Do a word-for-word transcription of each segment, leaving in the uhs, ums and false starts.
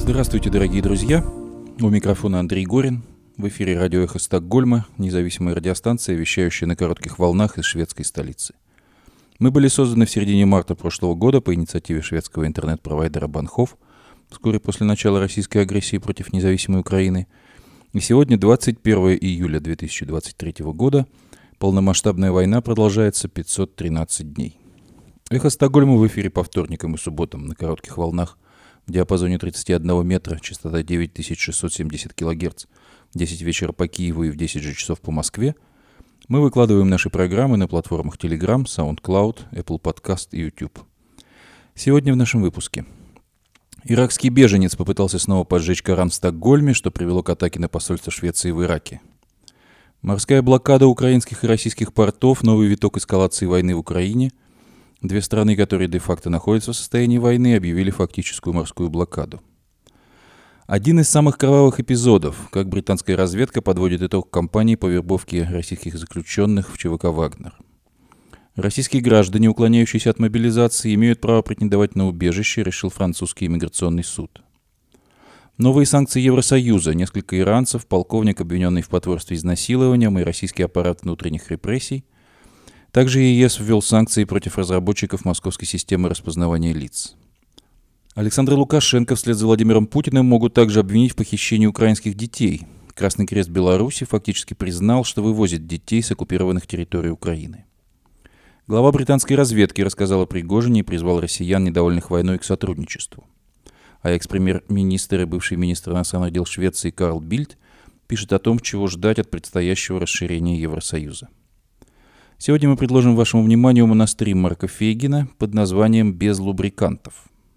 Здравствуйте, дорогие друзья! У микрофона Андрей Горин. В эфире радио «Эхо Стокгольма», независимая радиостанция, вещающая на коротких волнах из шведской столицы. Мы были созданы в середине марта прошлого года по инициативе шведского интернет-провайдера Банхоф, вскоре после начала российской агрессии против независимой Украины. И сегодня, двадцать первого июля две тысячи двадцать третьего года, полномасштабная война продолжается пятьсот тринадцать дней. «Эхо Стокгольма» в эфире по вторникам и субботам на коротких волнах в диапазоне тридцать один метра, частота девять тысяч шестьсот семьдесят килогерц, в десять вечера по Киеву и в десять же часов по Москве. Мы выкладываем наши программы на платформах Telegram, SoundCloud, Apple Podcast и YouTube. Сегодня в нашем выпуске. Иракский беженец попытался снова поджечь Коран в Стокгольме, что привело к атаке на посольство Швеции в Ираке. Морская блокада украинских и российских портов, новый виток эскалации войны в Украине. Две страны, которые де-факто находятся в состоянии войны, объявили фактическую морскую блокаду. Один из самых кровавых эпизодов, как британская разведка подводит итог кампании по вербовке российских заключенных в ЧВК «Вагнер». Российские граждане, уклоняющиеся от мобилизации, имеют право претендовать на убежище, решил французский иммиграционный суд. Новые санкции Евросоюза, несколько иранцев, полковник, обвиненный в потворстве изнасилованием, и российский аппарат внутренних репрессий. Также ЕС ввел санкции против разработчиков московской системы распознавания лиц. Александра Лукашенко вслед за Владимиром Путиным могут также обвинить в похищении украинских детей. Красный Крест Беларуси фактически признал, что вывозит детей с оккупированных территорий Украины. Глава британской разведки рассказал о Пригожине и призвал россиян, недовольных войной, к сотрудничеству. А экс-премьер-министр и бывший министр иностранных дел Швеции Карл Бильд пишет о том, чего ждать от предстоящего расширения Евросоюза. Сегодня мы предложим вашему вниманию монастырь Марка Фейгена под названием «Без лубрикантов».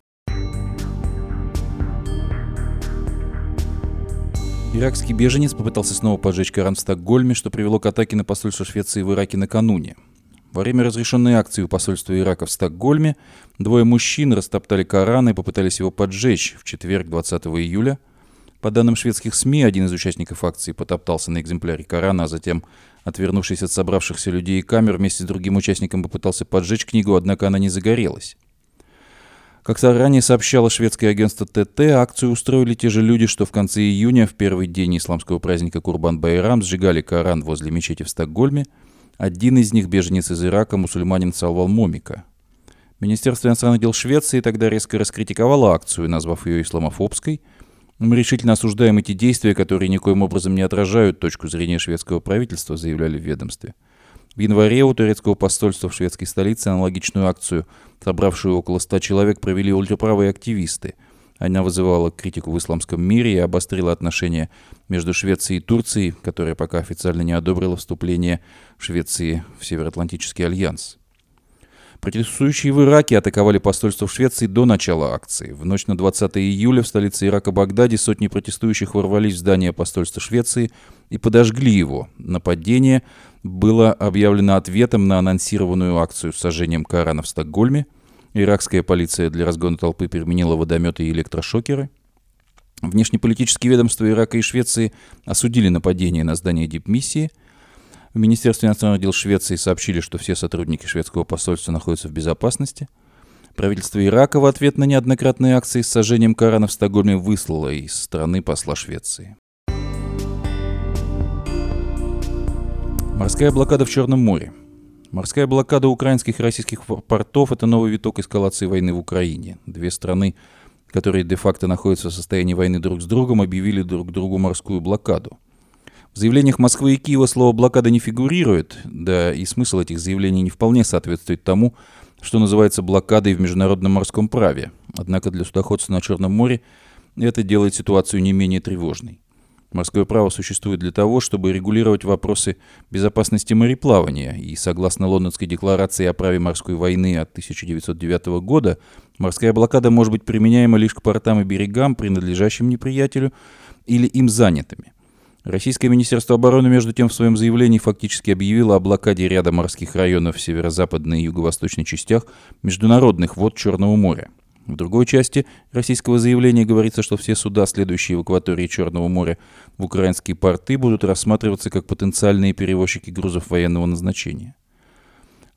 Иракский беженец попытался снова поджечь Коран в Стокгольме, что привело к атаке на посольство Швеции в Ираке накануне. Во время разрешенной акции у посольства Ирака в Стокгольме двое мужчин растоптали Коран и попытались его поджечь в четверг, двадцатого июля. По данным шведских СМИ, один из участников акции потоптался на экземпляре Корана, а затем, отвернувшись от собравшихся людей и камер, вместе с другим участником попытался поджечь книгу, однако она не загорелась. Как ранее сообщало шведское агентство ТТ, акцию устроили те же люди, что в конце июня, в первый день исламского праздника Курбан-Байрам, сжигали Коран возле мечети в Стокгольме. Один из них, беженец из Ирака, мусульманин Салвал Момика. Министерство иностранных дел Швеции тогда резко раскритиковало акцию, назвав ее исламофобской. Мы решительно осуждаем эти действия, которые никоим образом не отражают точку зрения шведского правительства, заявляли в ведомстве. В январе у турецкого посольства в шведской столице аналогичную акцию, собравшую около ста человек, провели ультраправые активисты. Она вызывала критику в исламском мире и обострила отношения между Швецией и Турцией, которая пока официально не одобрила вступление Швеции в Североатлантический альянс. Протестующие в Ираке атаковали посольство в Швеции до начала акции. В ночь на двадцатого июля в столице Ирака Багдаде сотни протестующих ворвались в здание посольства Швеции и подожгли его. Нападение было объявлено ответом на анонсированную акцию с сожжением Корана в Стокгольме. Иракская полиция для разгона толпы применила водометы и электрошокеры. Внешнеполитические ведомства Ирака и Швеции осудили нападение на здание дипмиссии. В Министерстве иностранных дел Швеции сообщили, что все сотрудники шведского посольства находятся в безопасности. Правительство Ирака в ответ на неоднократные акции с сожжением Корана в Стокгольме выслало из страны посла Швеции. Морская блокада в Черном море. Морская блокада украинских и российских портов – это новый виток эскалации войны в Украине. Две страны, которые де-факто находятся в состоянии войны друг с другом, объявили друг другу морскую блокаду. В заявлениях Москвы и Киева слово «блокада» не фигурирует, да и смысл этих заявлений не вполне соответствует тому, что называется блокадой в международном морском праве. Однако для судоходства на Черном море это делает ситуацию не менее тревожной. Морское право существует для того, чтобы регулировать вопросы безопасности мореплавания, и согласно Лондонской декларации о праве морской войны от тысяча девятьсот девятого года, морская блокада может быть применяема лишь к портам и берегам, принадлежащим неприятелю или им занятыми. Российское Министерство обороны, между тем, в своем заявлении фактически объявило о блокаде ряда морских районов в северо-западной и юго-восточной частях международных вод Черного моря. В другой части российского заявления говорится, что все суда, следующие в акватории Черного моря в украинские порты, будут рассматриваться как потенциальные перевозчики грузов военного назначения.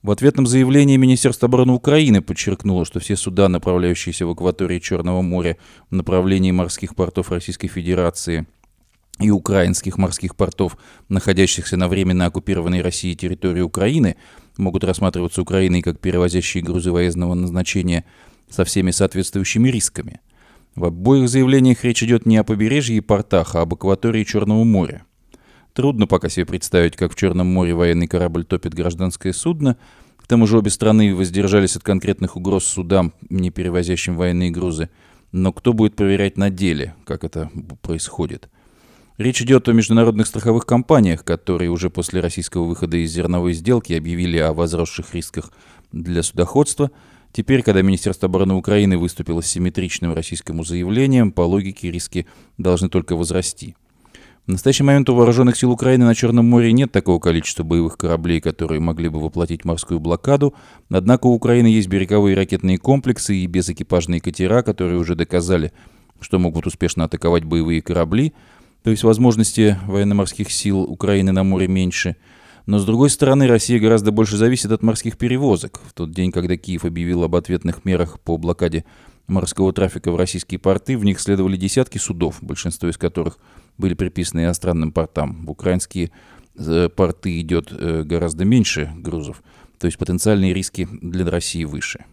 В ответном заявлении Министерство обороны Украины подчеркнуло, что все суда, направляющиеся в акватории Черного моря в направлении морских портов Российской Федерации и украинских морских портов, находящихся на временно оккупированной Россией территории Украины, могут рассматриваться Украиной как перевозящие грузы военного назначения со всеми соответствующими рисками. В обоих заявлениях речь идет не о побережье и портах, а об акватории Черного моря. Трудно пока себе представить, как в Черном море военный корабль топит гражданское судно. К тому же обе страны воздержались от конкретных угроз судам, не перевозящим военные грузы. Но кто будет проверять на деле, как это происходит? Речь идет о международных страховых компаниях, которые уже после российского выхода из зерновой сделки объявили о возросших рисках для судоходства. Теперь, когда Министерство обороны Украины выступило с симметричным российскому заявлением, по логике риски должны только возрасти. В настоящий момент у вооруженных сил Украины на Черном море нет такого количества боевых кораблей, которые могли бы воплотить морскую блокаду, однако у Украины есть береговые ракетные комплексы и безэкипажные катера, которые уже доказали, что могут успешно атаковать боевые корабли, то есть возможности военно-морских сил Украины на море меньше. Но, с другой стороны, Россия гораздо больше зависит от морских перевозок. В тот день, когда Киев объявил об ответных мерах по блокаде морского трафика в российские порты, в них следовали десятки судов, большинство из которых были приписаны иностранным портам. В украинские э, порты идет э, гораздо меньше грузов, то есть потенциальные риски для России выше.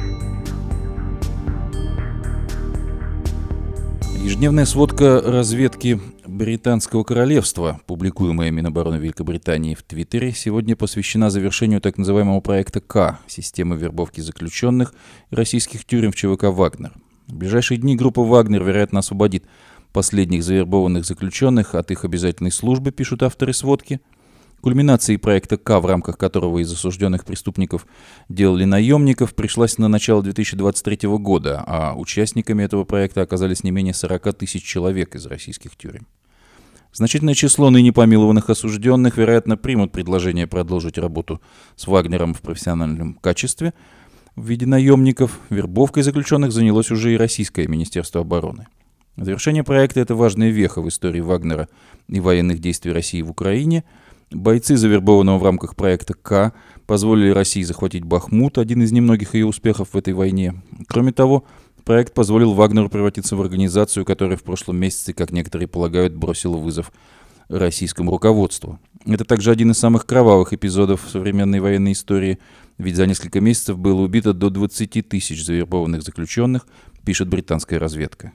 Ежедневная сводка разведки Британского королевства, публикуемая Минобороны Великобритании в Твиттере, сегодня посвящена завершению так называемого проекта К – системы вербовки заключенных российских тюрем в ЧВК «Вагнер». В ближайшие дни группа «Вагнер», вероятно, освободит последних завербованных заключенных от их обязательной службы, пишут авторы сводки. Кульминацией проекта К, в рамках которого из осужденных преступников делали наемников, пришлась на начало две тысячи двадцать третьего года, а участниками этого проекта оказались не менее сорок тысяч человек из российских тюрем. Значительное число ныне помилованных осужденных, вероятно, примут предложение продолжить работу с Вагнером в профессиональном качестве в виде наемников. Вербовкой заключенных занялось уже и Российское Министерство обороны. Завершение проекта – это важная веха в истории Вагнера и военных действий России в Украине. Бойцы, завербованного в рамках проекта К, позволили России захватить Бахмут, один из немногих ее успехов в этой войне. Кроме того, проект позволил Вагнеру превратиться в организацию, которая в прошлом месяце, как некоторые полагают, бросила вызов российскому руководству. Это также один из самых кровавых эпизодов современной военной истории, ведь за несколько месяцев было убито до двадцати тысяч завербованных заключенных, пишет британская разведка.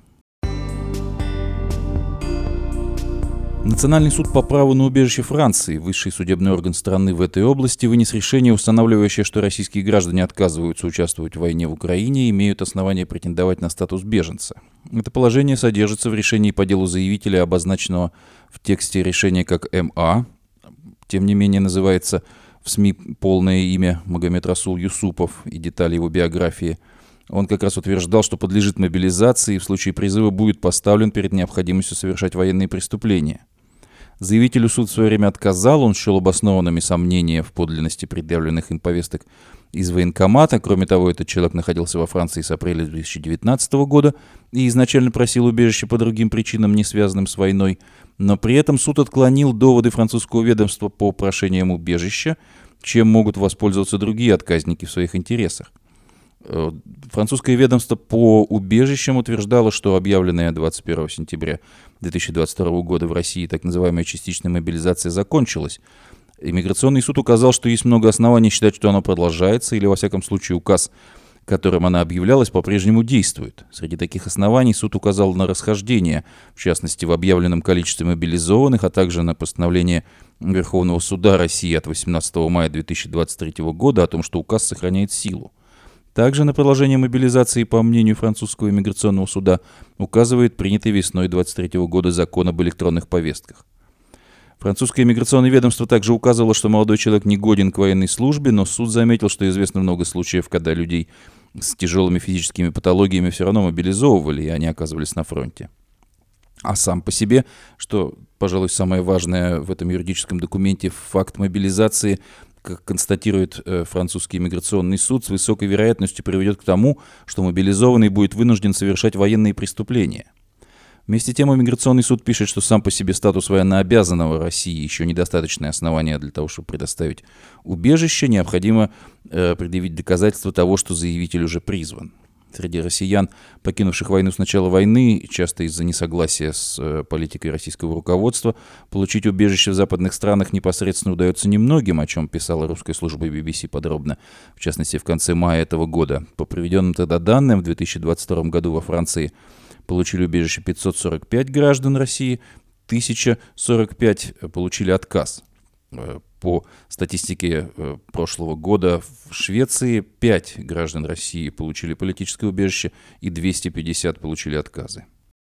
Национальный суд по праву на убежище Франции, высший судебный орган страны в этой области, вынес решение, устанавливающее, что российские граждане отказываются участвовать в войне в Украине и имеют основания претендовать на статус беженца. Это положение содержится в решении по делу заявителя, обозначенного в тексте решения как эм а. Тем не менее, называется в СМИ полное имя Магомед Расул Юсупов и детали его биографии. Он как раз утверждал, что подлежит мобилизации и в случае призыва будет поставлен перед необходимостью совершать военные преступления. Заявителю суд в свое время отказал, он счел обоснованными сомнения в подлинности предъявленных им повесток из военкомата. Кроме того, этот человек находился во Франции с апреля две тысячи девятнадцатого года и изначально просил убежище по другим причинам, не связанным с войной. Но при этом суд отклонил доводы французского ведомства по прошениям убежища, чем могут воспользоваться другие отказники в своих интересах. Французское ведомство по убежищам утверждало, что объявленная двадцать первого сентября две тысячи двадцать второго года в России так называемая частичная мобилизация закончилась. Иммиграционный суд указал, что есть много оснований считать, что она продолжается, или, во всяком случае, указ, которым она объявлялась, по-прежнему действует. Среди таких оснований суд указал на расхождение, в частности, в объявленном количестве мобилизованных, а также на постановление Верховного суда России от восемнадцатого мая две тысячи двадцать третьего года о том, что указ сохраняет силу. Также на продолжение мобилизации, по мнению французского иммиграционного суда, указывает принятый весной две тысячи двадцать третьего года закон об электронных повестках. Французское иммиграционное ведомство также указывало, что молодой человек не годен к военной службе, но суд заметил, что известно много случаев, когда людей с тяжелыми физическими патологиями все равно мобилизовывали, и они оказывались на фронте. А сам по себе, что, пожалуй, самое важное в этом юридическом документе, факт мобилизации, как констатирует э, французский иммиграционный суд, с высокой вероятностью приведет к тому, что мобилизованный будет вынужден совершать военные преступления. Вместе с тем, Иммиграционный суд пишет, что сам по себе статус военнообязанного России еще недостаточное основание для того, чтобы предоставить убежище. Необходимо э, предъявить доказательства того, что заявитель уже призван. Среди россиян, покинувших войну с начала войны, часто из-за несогласия с э, политикой российского руководства, получить убежище в западных странах непосредственно удается немногим, о чем писала русская служба би би си подробно, в частности, в конце мая этого года. По приведенным тогда данным, в две тысячи двадцать втором году во Франции получили убежище пятьсот сорок пять граждан России, тысяча сорок пять получили отказ. По статистике прошлого года в Швеции пять граждан России получили политическое убежище и двести пятьдесят получили отказы.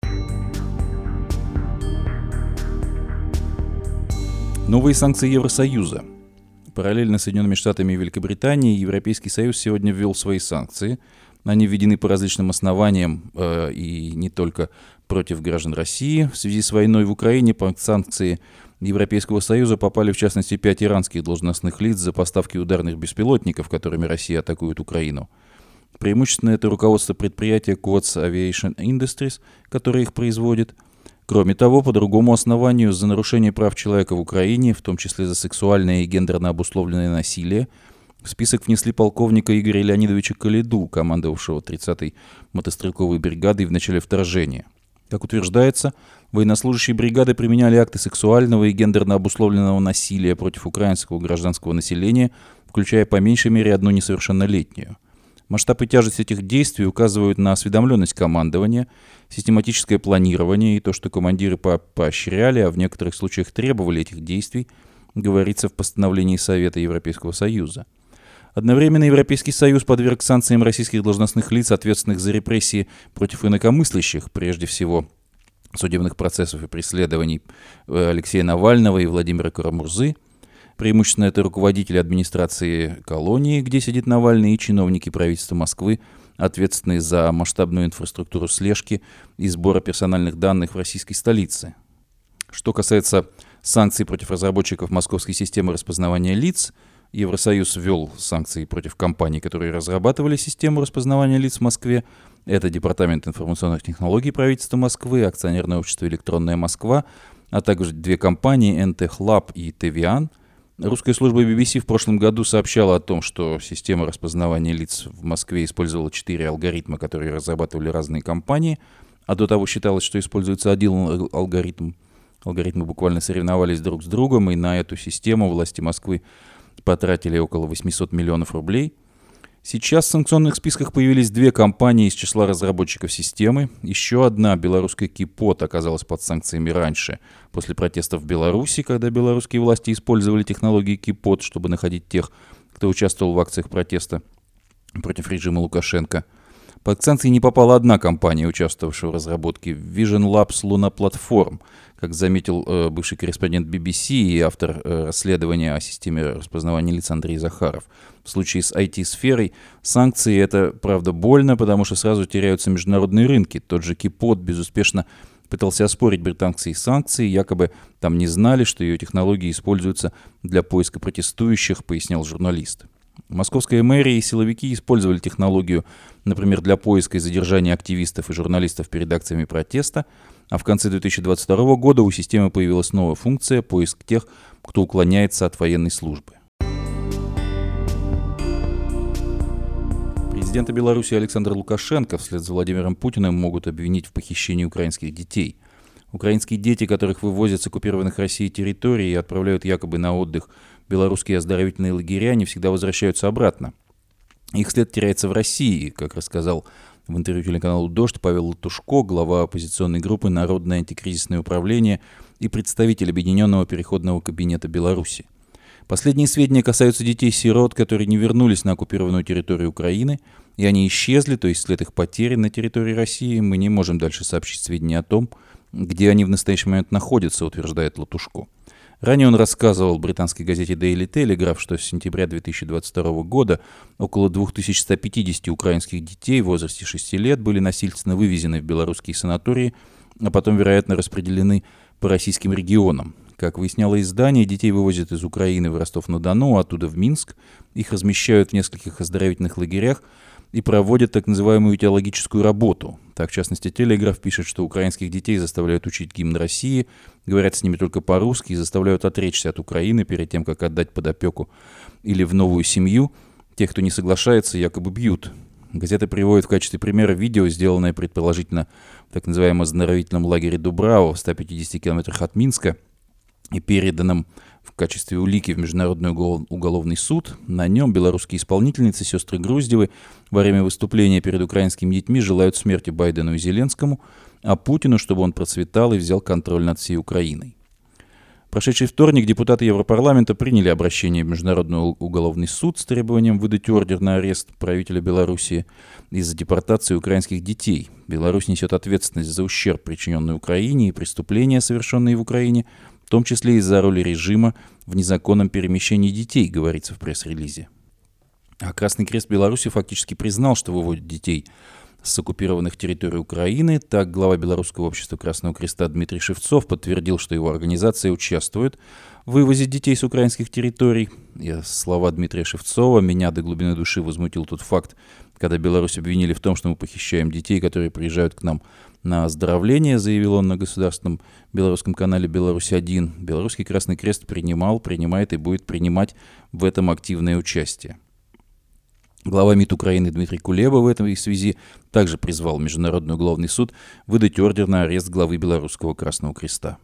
Новые санкции Евросоюза. Параллельно с Соединенными Штатами и Великобританией Европейский Союз сегодня ввел свои санкции. Они введены по различным основаниям э, и не только против граждан России. В связи с войной в Украине под санкции Европейского Союза попали, в частности, пять иранских должностных лиц за поставки ударных беспилотников, которыми Россия атакует Украину. Преимущественно это руководство предприятия Quds Aviation Industries, которое их производит. Кроме того, по другому основанию, за нарушение прав человека в Украине, в том числе за сексуальное и гендерно обусловленное насилие, в список внесли полковника Игоря Леонидовича Калиду, командовавшего тридцатой мотострелковой бригадой в начале вторжения. Как утверждается, военнослужащие бригады применяли акты сексуального и гендерно обусловленного насилия против украинского гражданского населения, включая по меньшей мере одну несовершеннолетнюю. Масштаб и тяжесть этих действий указывают на осведомленность командования, систематическое планирование и то, что командиры по поощряли, а в некоторых случаях требовали этих действий, говорится в постановлении Совета Европейского Союза. Одновременно Европейский Союз подверг санкциям российских должностных лиц, ответственных за репрессии против инакомыслящих, прежде всего судебных процессов и преследований Алексея Навального и Владимира Карамурзы. Преимущественно это руководители администрации колонии, где сидит Навальный, и чиновники правительства Москвы, ответственные за масштабную инфраструктуру слежки и сбора персональных данных в российской столице. Что касается санкций против разработчиков московской системы распознавания лиц, Евросоюз ввел санкции против компаний, которые разрабатывали систему распознавания лиц в Москве. Это Департамент информационных технологий правительства Москвы, акционерное общество «Электронная Москва», а также две компании эн тэ эх Lab и Tevian. Русская служба би би си в прошлом году сообщала о том, что система распознавания лиц в Москве использовала четыре алгоритма, которые разрабатывали разные компании, а до того считалось, что используется один алгоритм. Алгоритмы буквально соревновались друг с другом, и на эту систему власти Москвы потратили около восемьсот миллионов рублей. Сейчас в санкционных списках появились две компании из числа разработчиков системы. Еще одна, белорусская Кипот, оказалась под санкциями раньше, после протестов в Беларуси, когда белорусские власти использовали технологии Кипот, чтобы находить тех, кто участвовал в акциях протеста против режима Лукашенко. Под санкции не попала одна компания, участвовавшая в разработке Vision Labs Luna Platform. Как заметил э, бывший корреспондент би би си и автор э, расследования о системе распознавания лиц Андрей Захаров. В случае с ай ти-сферой санкции это, правда, больно, потому что сразу теряются международные рынки. Тот же Кипот безуспешно пытался оспорить британские санкции, якобы там не знали, что ее технологии используются для поиска протестующих, пояснял журналист. Московская мэрия и силовики использовали технологию, например, для поиска и задержания активистов и журналистов перед акциями протеста, а в конце две тысячи двадцать второго года у системы появилась новая функция – поиск тех, кто уклоняется от военной службы. Президента Беларуси Александра Лукашенко вслед за Владимиром Путиным могут обвинить в похищении украинских детей. Украинские дети, которых вывозят с оккупированных Россией территорий и отправляют якобы на отдых в белорусские оздоровительные лагеря, не всегда возвращаются обратно. Их след теряется в России, как рассказал в интервью телеканалу «Дождь» Павел Латушко, глава оппозиционной группы «Народное антикризисное управление» и представитель Объединенного переходного кабинета Беларуси. Последние сведения касаются детей-сирот, которые не вернулись на оккупированную территорию Украины, и они исчезли, то есть след их потерян на территории России. Мы не можем дальше сообщить сведения о том, где они в настоящий момент находятся, утверждает Латушко. Ранее он рассказывал британской газете Daily Telegraph, что с сентября две тысячи двадцать второго года около две тысячи сто пятьдесят украинских детей в возрасте шести лет были насильственно вывезены в белорусские санатории, а потом, вероятно, распределены по российским регионам. Как выясняло издание, детей вывозят из Украины в Ростов-на-Дону, оттуда в Минск. Их размещают в нескольких оздоровительных лагерях, и проводят так называемую теологическую работу. Так, в частности, Телеграф пишет, что украинских детей заставляют учить гимн России, говорят с ними только по-русски и заставляют отречься от Украины перед тем, как отдать под опеку или в новую семью. Тех, кто не соглашается, якобы бьют. Газета приводит в качестве примера видео, сделанное предположительно в так называемом оздоровительном лагере Дубрава в ста пятидесяти километрах от Минска и переданном в качестве улики в Международный уголовный суд. На нем белорусские исполнительницы, сестры Груздевы, во время выступления перед украинскими детьми желают смерти Байдену и Зеленскому, а Путину, чтобы он процветал и взял контроль над всей Украиной. Прошедший вторник депутаты Европарламента приняли обращение в Международный уголовный суд с требованием выдать ордер на арест правителя Белоруссии из-за депортации украинских детей. Беларусь несет ответственность за ущерб, причиненный Украине, и преступления, совершенные в Украине, в том числе из-за роли режима в незаконном перемещении детей, говорится в пресс-релизе. А Красный Крест Беларуси фактически признал, что выводит детей с оккупированных территорий Украины. Так, глава Белорусского общества Красного Креста Дмитрий Шевцов подтвердил, что его организация участвует в вывозе детей с украинских территорий. И слова Дмитрия Шевцова меня до глубины души возмутил тот факт, когда Беларусь обвинили в том, что мы похищаем детей, которые приезжают к нам на оздоровление, заявил он на государственном белорусском канале «Беларусь один». Белорусский Красный Крест принимал, принимает и будет принимать в этом активное участие. Глава МИД Украины Дмитрий Кулеба в этой связи также призвал Международный уголовный суд выдать ордер на арест главы Белорусского Красного Креста.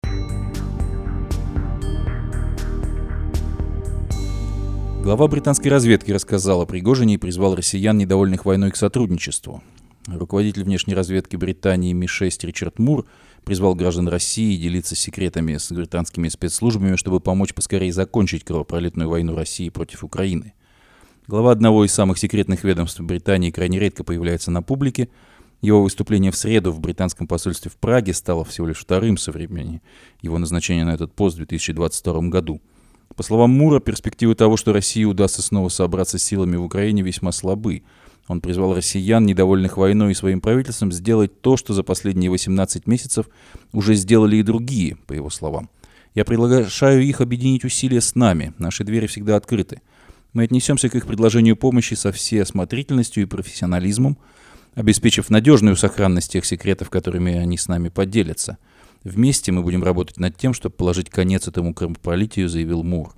Глава британской разведки рассказал о Пригожине и призвал россиян, недовольных войной, к сотрудничеству. Руководитель внешней разведки Британии Ми шесть Ричард Мур призвал граждан России делиться секретами с британскими спецслужбами, чтобы помочь поскорее закончить кровопролитную войну России против Украины. Глава одного из самых секретных ведомств Британии крайне редко появляется на публике. Его выступление в среду в британском посольстве в Праге стало всего лишь вторым со времени его назначения на этот пост в две тысячи двадцать втором году. По словам Мура, перспективы того, что России удастся снова собраться с силами в Украине, весьма слабы. Он призвал россиян, недовольных войной и своим правительством, сделать то, что за последние восемнадцать месяцев уже сделали и другие, по его словам. «Я приглашаю их объединить усилия с нами. Наши двери всегда открыты. Мы отнесемся к их предложению помощи со всей осмотрительностью и профессионализмом, обеспечив надежную сохранность тех секретов, которыми они с нами поделятся. Вместе мы будем работать над тем, чтобы положить конец этому кровопролитию», заявил Мур.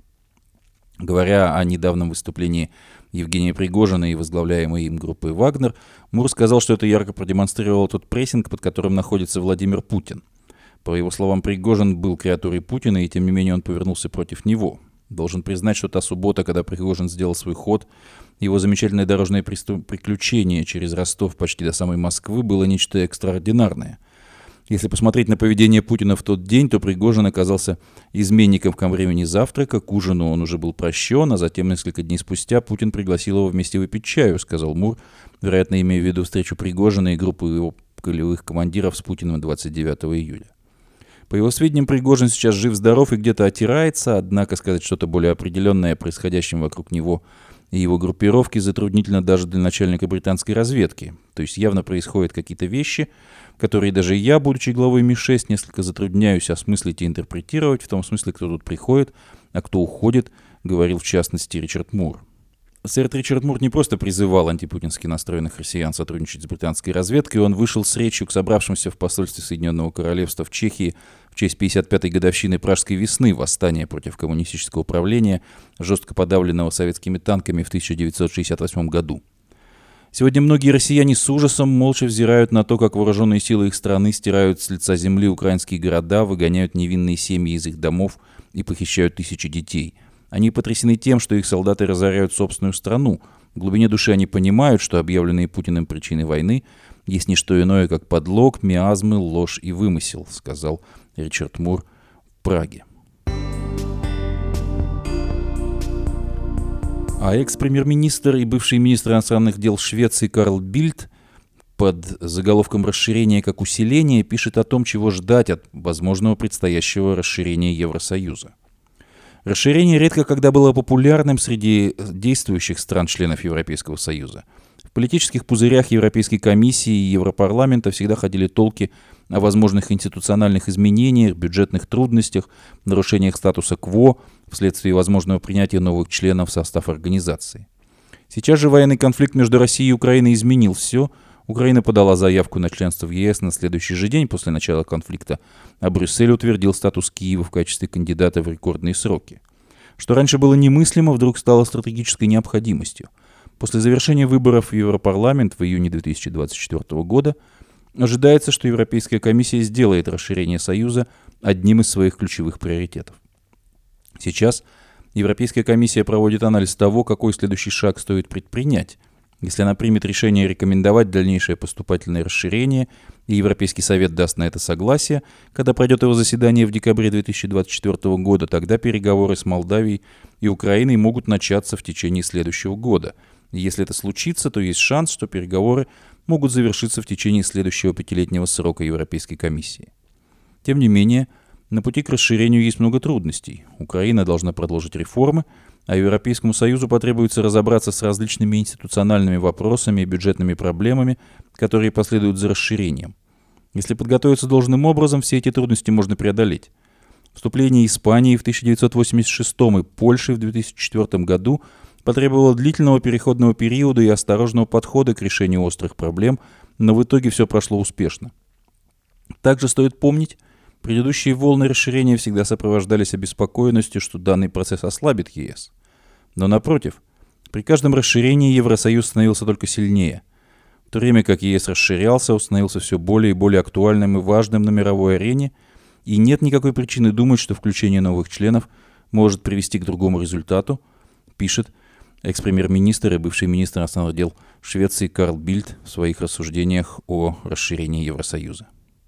Говоря о недавнем выступлении Евгения Пригожина и возглавляемой им группы «Вагнер», Мур сказал, что это ярко продемонстрировало тот прессинг, под которым находится Владимир Путин. По его словам, Пригожин был креатурой Путина, и тем не менее он повернулся против него. Должен признать, что та суббота, когда Пригожин сделал свой ход, его замечательное дорожное приключение через Ростов почти до самой Москвы было нечто экстраординарное. Если посмотреть на поведение Путина в тот день, то Пригожин оказался изменником ко времени завтрака, к ужину он уже был прощен, а затем несколько дней спустя Путин пригласил его вместе выпить чаю, сказал Мур, вероятно, имея в виду встречу Пригожина и группы его полевых командиров с Путиным двадцать девятого июля. По его сведениям, Пригожин сейчас жив-здоров и где-то отирается, однако сказать что-то более определенное о происходящем вокруг него и его группировки затруднительно даже для начальника британской разведки. То есть явно происходят какие-то вещи, которые даже я, будучи главой Ми шесть, несколько затрудняюсь осмыслить и интерпретировать, в том смысле, кто тут приходит, а кто уходит, говорил в частности Ричард Мур. Сэр Ричард Мур не просто призывал антипутински настроенных россиян сотрудничать с британской разведкой, он вышел с речью к собравшимся в посольстве Соединенного Королевства в Чехии в честь пятьдесят пятой годовщины Пражской весны, восстания против коммунистического правления, жестко подавленного советскими танками в тысяча девятьсот шестьдесят восьмом году. Сегодня многие россияне с ужасом молча взирают на то, как вооруженные силы их страны стирают с лица земли украинские города, выгоняют невинные семьи из их домов и похищают тысячи детей. Они потрясены тем, что их солдаты разоряют собственную страну. В глубине души они понимают, что объявленные Путиным причины войны есть не что иное, как подлог, миазмы, ложь и вымысел, сказал Ричард Мур в Праге. А экс-премьер-министр и бывший министр иностранных дел Швеции Карл Бильд под заголовком «Расширение как усиление» пишет о том, чего ждать от возможного предстоящего расширения Евросоюза. Расширение редко когда было популярным среди действующих стран-членов Европейского Союза. В политических пузырях Европейской комиссии и Европарламента всегда ходили толки о возможных институциональных изменениях, бюджетных трудностях, нарушениях статуса кво вследствие возможного принятия новых членов в состав организации. Сейчас же военный конфликт между Россией и Украиной изменил все. Украина подала заявку на членство в ЕС на следующий же день после начала конфликта, а Брюссель утвердил статус Киева в качестве кандидата в рекордные сроки. Что раньше было немыслимо, вдруг стало стратегической необходимостью. После завершения выборов в Европарламент в июне две тысячи двадцать четвёртого года ожидается, что Европейская комиссия сделает расширение Союза одним из своих ключевых приоритетов. Сейчас Европейская комиссия проводит анализ того, какой следующий шаг стоит предпринять. Если она примет решение рекомендовать дальнейшее поступательное расширение, и Европейский совет даст на это согласие, когда пройдет его заседание в декабре две тысячи двадцать четвёртого года, тогда переговоры с Молдавией и Украиной могут начаться в течение следующего года. И если это случится, то есть шанс, что переговоры могут завершиться в течение следующего пятилетнего срока Европейской комиссии. Тем не менее, на пути к расширению есть много трудностей. Украина должна продолжить реформы, а Европейскому Союзу потребуется разобраться с различными институциональными вопросами и бюджетными проблемами, которые последуют за расширением. Если подготовиться должным образом, все эти трудности можно преодолеть. Вступление Испании в тысяча девятьсот восемьдесят шестом и Польши в две тысячи четвёртом году потребовало длительного переходного периода и осторожного подхода к решению острых проблем, но в итоге все прошло успешно. Также стоит помнить, предыдущие волны расширения всегда сопровождались обеспокоенностью, что данный процесс ослабит ЕС. Но напротив, при каждом расширении Евросоюз становился только сильнее. В то время как ЕС расширялся, он становился все более и более актуальным и важным на мировой арене, и нет никакой причины думать, что включение новых членов может привести к другому результату, пишет экс-премьер-министр и бывший министр иностранных дел Швеции Карл Бильд в своих рассуждениях о расширении Евросоюза.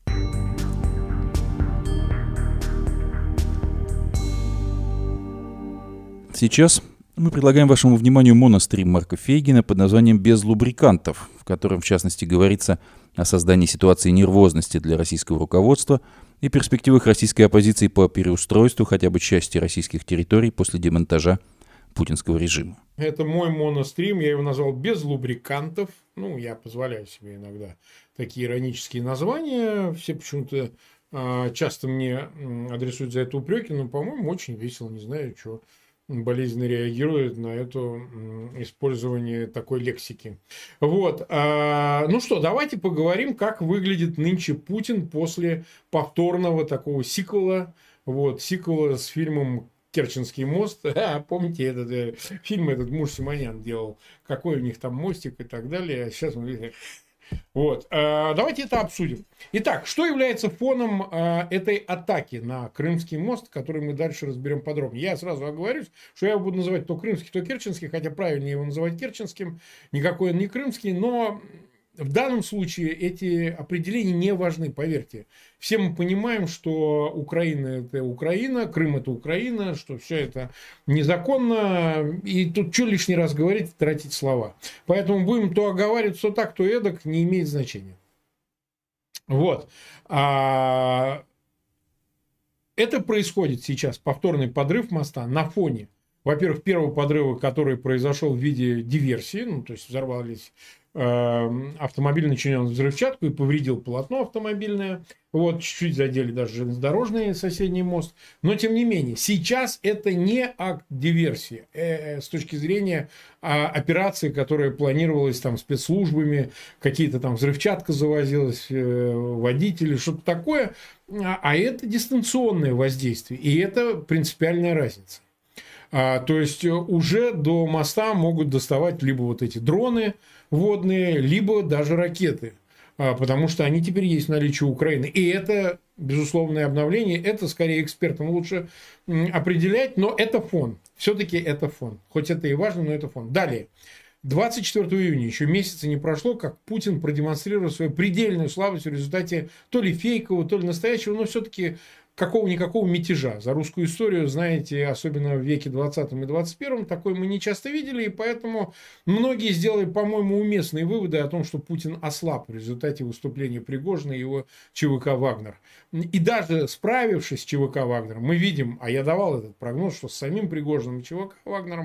Сейчас мы предлагаем вашему вниманию монострим Марка Фейгина под названием «Без лубрикантов», в котором, в частности, говорится о создании ситуации нервозности для российского руководства и перспективах российской оппозиции по переустройству хотя бы части российских территорий после демонтажа путинского режима. Это мой монострим, я его назвал «Без лубрикантов». Ну, я позволяю себе иногда такие иронические названия. Все почему-то э, часто мне адресуют за это упреки, но, по-моему, очень весело, не знаю, что болезненно реагирует на это использование такой лексики. Вот. А, ну что, давайте поговорим, как выглядит нынче Путин после повторного такого сиквела. Вот, сиквела с фильмом «Керченский мост». А, помните, этот э, фильм этот Муж Симонян делал. Какой у них там мостик и так далее. Сейчас мы видим. Вот. Давайте это обсудим. Итак, что является фоном этой атаки на Крымский мост, который мы дальше разберем подробнее. Я сразу оговорюсь, что я его буду называть то крымский, то керченский, хотя правильнее его называть керченским. Никакой он не крымский, но в данном случае эти определения не важны, поверьте. Все мы понимаем, что Украина – это Украина, Крым – это Украина, что все это незаконно. И тут что лишний раз говорить, тратить слова. Поэтому будем то оговаривать, то так, то эдак, не имеет значения. Вот. А... Это происходит сейчас, повторный подрыв моста на фоне, во-первых, первого подрыва, который произошел в виде диверсии, ну, то есть взорвались автомобиль, начинен взрывчатку и повредил полотно автомобильное. Вот, чуть-чуть задели даже железнодорожный соседний мост. Но, тем не менее, сейчас это не акт диверсии э, с точки зрения а, операции, которая планировалась там спецслужбами, какие-то там взрывчатка завозилась, э, водители, что-то такое. А, а это дистанционное воздействие. И это принципиальная разница. А, то есть уже до моста могут доставать либо вот эти дроны водные, либо даже ракеты, а, потому что они теперь есть в наличии Украины. И это безусловное обновление, это скорее экспертам лучше определять, но это фон. Все-таки это фон. Хоть это и важно, но это фон. Далее. двадцать четвёртого июня, еще месяца не прошло, как Путин продемонстрировал свою предельную слабость в результате то ли фейкового, то ли настоящего, но все-таки какого-никакого мятежа. За русскую историю, знаете, особенно в веке двадцатом и двадцать первом, такой мы не часто видели, и поэтому многие сделали, по-моему, уместные выводы о том, что Путин ослаб в результате выступления Пригожина и его ЧВК «Вагнер». И даже справившись с ЧВК «Вагнер», мы видим, а я давал этот прогноз, что с самим Пригожиным и ЧВК «Вагнером»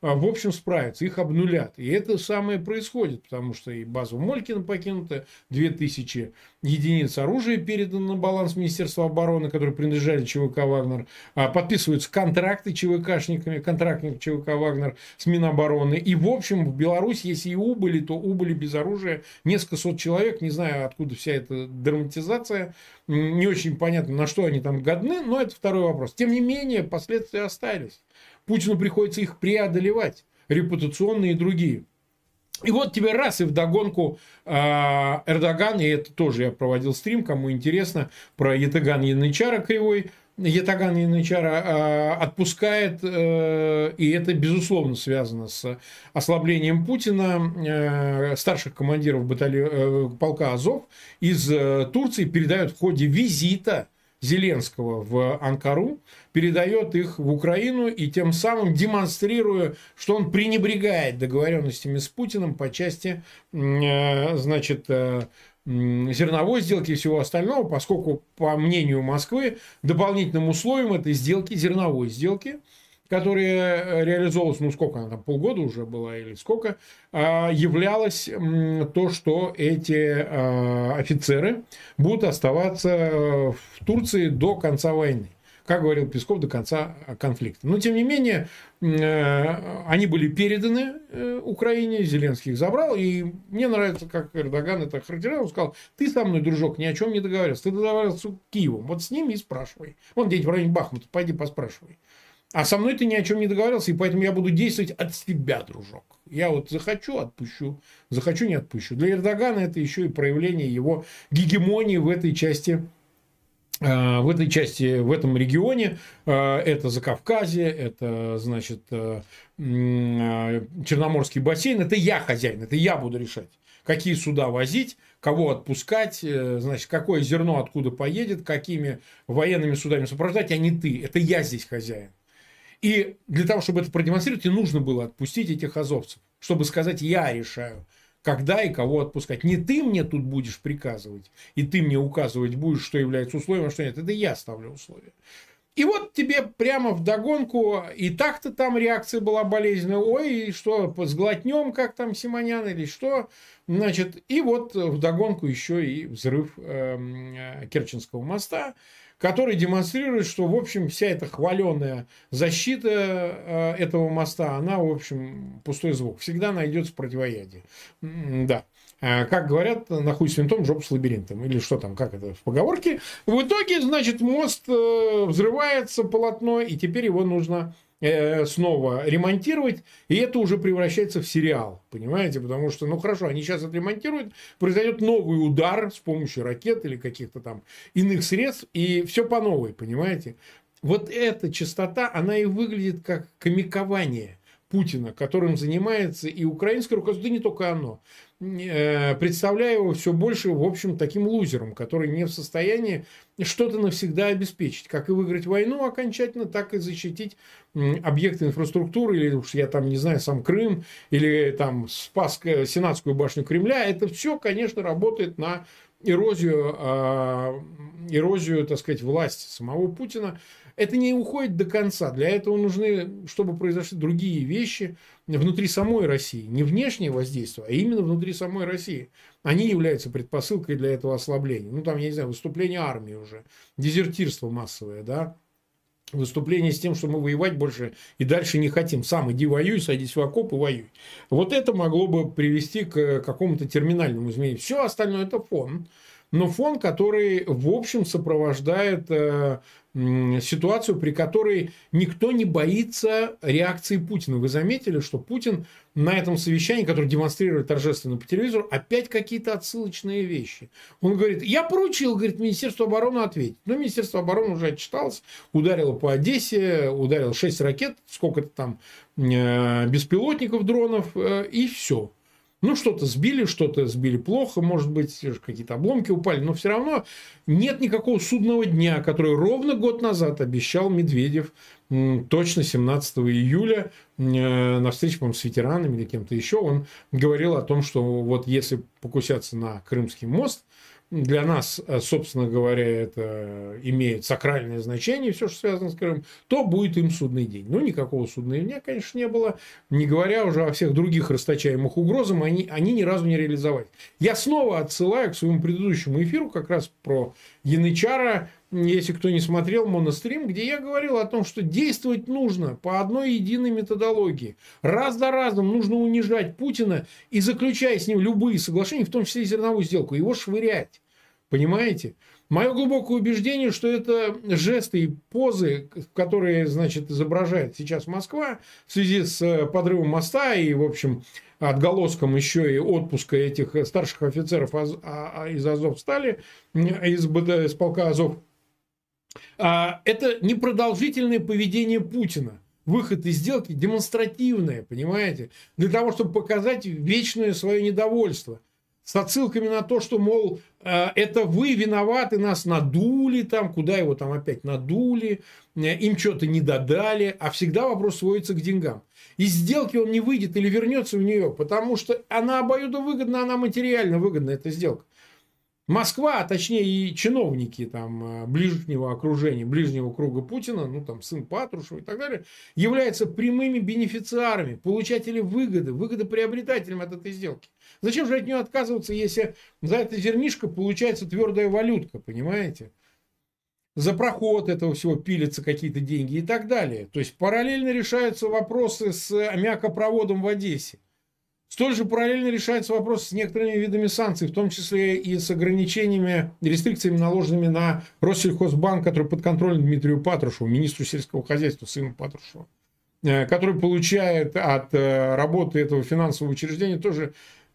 в общем, справятся, их обнулят. И это самое происходит, потому что и база Молькина покинута, две тысячи единиц оружия передано на баланс Министерства обороны, которые принадлежали ЧВК «Вагнер». Подписываются контракты ЧВКшниками, контрактник ЧВК «Вагнер» с Минобороны. И, в общем, в Беларуси, если и убыли, то убыли без оружия несколько сот человек. Не знаю, откуда вся эта драматизация. Не очень понятно, на что они там годны, но это второй вопрос. Тем не менее, последствия остались. Путину приходится их преодолевать, репутационные и другие. И вот тебе раз и вдогонку э, Эрдоган, и это тоже я проводил стрим, кому интересно, про Ятаган Янычара кривой, Ятаган Янычара э, отпускает, э, и это безусловно связано с ослаблением Путина, э, старших командиров батальон, э, полка Азов из э, Турции передают в ходе визита Зеленского в Анкару, передает их в Украину и тем самым демонстрируя, что он пренебрегает договоренностями с Путиным по части, значит, зерновой сделки и всего остального, поскольку, по мнению Москвы, дополнительным условием этой сделки, зерновой сделки, которая реализовалась, ну сколько она там, полгода уже была или сколько, являлось то, что эти офицеры будут оставаться в Турции до конца войны. Как говорил Песков, до конца конфликта. Но, тем не менее, они были переданы Украине, Зеленский их забрал. И мне нравится, как Эрдоган это характеризовал. Он сказал: ты со мной, дружок, ни о чем не договаривался. Ты договаривался с Киевом. Вот с ним и спрашивай. Вон где-нибудь в районе Бахмута, пойди поспрашивай. А со мной ты ни о чем не договаривался, и поэтому я буду действовать от себя, дружок. Я вот захочу — отпущу, захочу — не отпущу. Для Эрдогана это еще и проявление его гегемонии в этой части, в этой части, в этом регионе. Это Закавказье, это, значит, Черноморский бассейн. Это я хозяин, это я буду решать, какие суда возить, кого отпускать, значит, какое зерно откуда поедет, какими военными судами сопровождать, а не ты. Это я здесь хозяин. И для того, чтобы это продемонстрировать, и нужно было отпустить этих азовцев, чтобы сказать: я решаю, когда и кого отпускать. Не ты мне тут будешь приказывать, и ты мне указывать будешь, что является условием, а что нет. Это я ставлю условия. И вот тебе прямо вдогонку, и так-то там реакция была болезненная. Ой, что, сглотнем, как там Симонян, или что. Значит, и вот вдогонку еще и взрыв э, Керченского моста, который демонстрирует, что, в общем, вся эта хваленая защита э, этого моста, она, в общем, пустой звук. Всегда найдется противоядие. Да. Как говорят, на хуй с винтом, жопу с лабиринтом. Или что там, как это в поговорке. В итоге, значит, мост взрывается, полотно, и теперь его нужно снова ремонтировать. И это уже превращается в сериал. Понимаете? Потому что, ну хорошо, они сейчас отремонтируют, произойдет новый удар с помощью ракет или каких-то там иных средств, и все по новой, понимаете? Вот эта частота, она и выглядит как комикование Путина, которым занимается и украинское руководство, да не только оно, представляя его все больше, в общем, таким лузером, который не в состоянии что-то навсегда обеспечить. Как и выиграть войну окончательно, так и защитить объекты инфраструктуры, или уж я там не знаю, сам Крым, или там Спасскую, Сенатскую башню Кремля. Это все, конечно, работает на эрозию, эрозию, так сказать, власти самого Путина. Это не уходит до конца. Для этого нужны, чтобы произошли другие вещи внутри самой России. Не внешнее воздействие, а именно внутри самой России. Они являются предпосылкой для этого ослабления. Ну, там, я не знаю, выступление армии уже, дезертирство массовое, да, выступление с тем, что мы воевать больше и дальше не хотим. Сам иди воюй, садись в окоп и воюй. Вот это могло бы привести к какому-то терминальному изменению. Все остальное – это фон. Но фон, который, в общем, сопровождает э, э, ситуацию, при которой никто не боится реакции Путина. Вы заметили, что Путин на этом совещании, которое демонстрирует торжественно по телевизору, опять какие-то отсылочные вещи. Он говорит: я поручил, говорит, Министерству обороны ответить. Но Министерство обороны уже отчиталось, ударило по Одессе, ударило шесть ракет, сколько-то там э, беспилотников, дронов, э, и все. Ну, что-то сбили, что-то сбили плохо, может быть, какие-то обломки упали, но все равно нет никакого судного дня, который ровно год назад обещал Медведев, точно семнадцатого июля, на встрече, по-моему, с ветеранами или кем-то еще. Он говорил о том, что вот если покусятся на Крымский мост, для нас, собственно говоря, это имеет сакральное значение, все, что связано с Крымом, то будет им судный день. Ну, никакого судного дня, конечно, не было, не говоря уже о всех других расточаемых угрозах, они, они ни разу не реализовались. Я снова отсылаю к своему предыдущему эфиру как раз про янычара, если кто не смотрел, монострим, где я говорил о том, что действовать нужно по одной единой методологии. Раз за разом нужно унижать Путина и, заключая с ним любые соглашения, в том числе и зерновую сделку, его швырять. Понимаете? Мое глубокое убеждение, что это жесты и позы, которые, значит, изображает сейчас Москва в связи с подрывом моста и, в общем, отголоском еще и отпуска этих старших офицеров из Азовстали, из, из полка Азов, это непродолжительное поведение Путина. Выход из сделки демонстративное, понимаете? Для того, чтобы показать вечное свое недовольство. С отсылками на то, что, мол, это вы виноваты, нас надули там, куда его там опять надули, им что-то не додали, а всегда вопрос сводится к деньгам. Из сделки он не выйдет или вернется в нее, потому что она обоюдовыгодна, она материально выгодна, эта сделка. Москва, а точнее и чиновники там, ближнего окружения, ближнего круга Путина, ну там сын Патрушева и так далее, являются прямыми бенефициарами, получателями выгоды, выгодоприобретателем от этой сделки. Зачем же от нее отказываться, если за это зернишко получается твердая валютка, понимаете? За проход этого всего пилятся какие-то деньги и так далее. То есть параллельно решаются вопросы с аммиакопроводом в Одессе. Столь же параллельно решается вопрос с некоторыми видами санкций, в том числе и с ограничениями, рестрикциями, наложенными на Россельхозбанк, который подконтролен Дмитрию Патрушеву, министру сельского хозяйства, сыну Патрушева, который получает от работы этого финансового учреждения тоже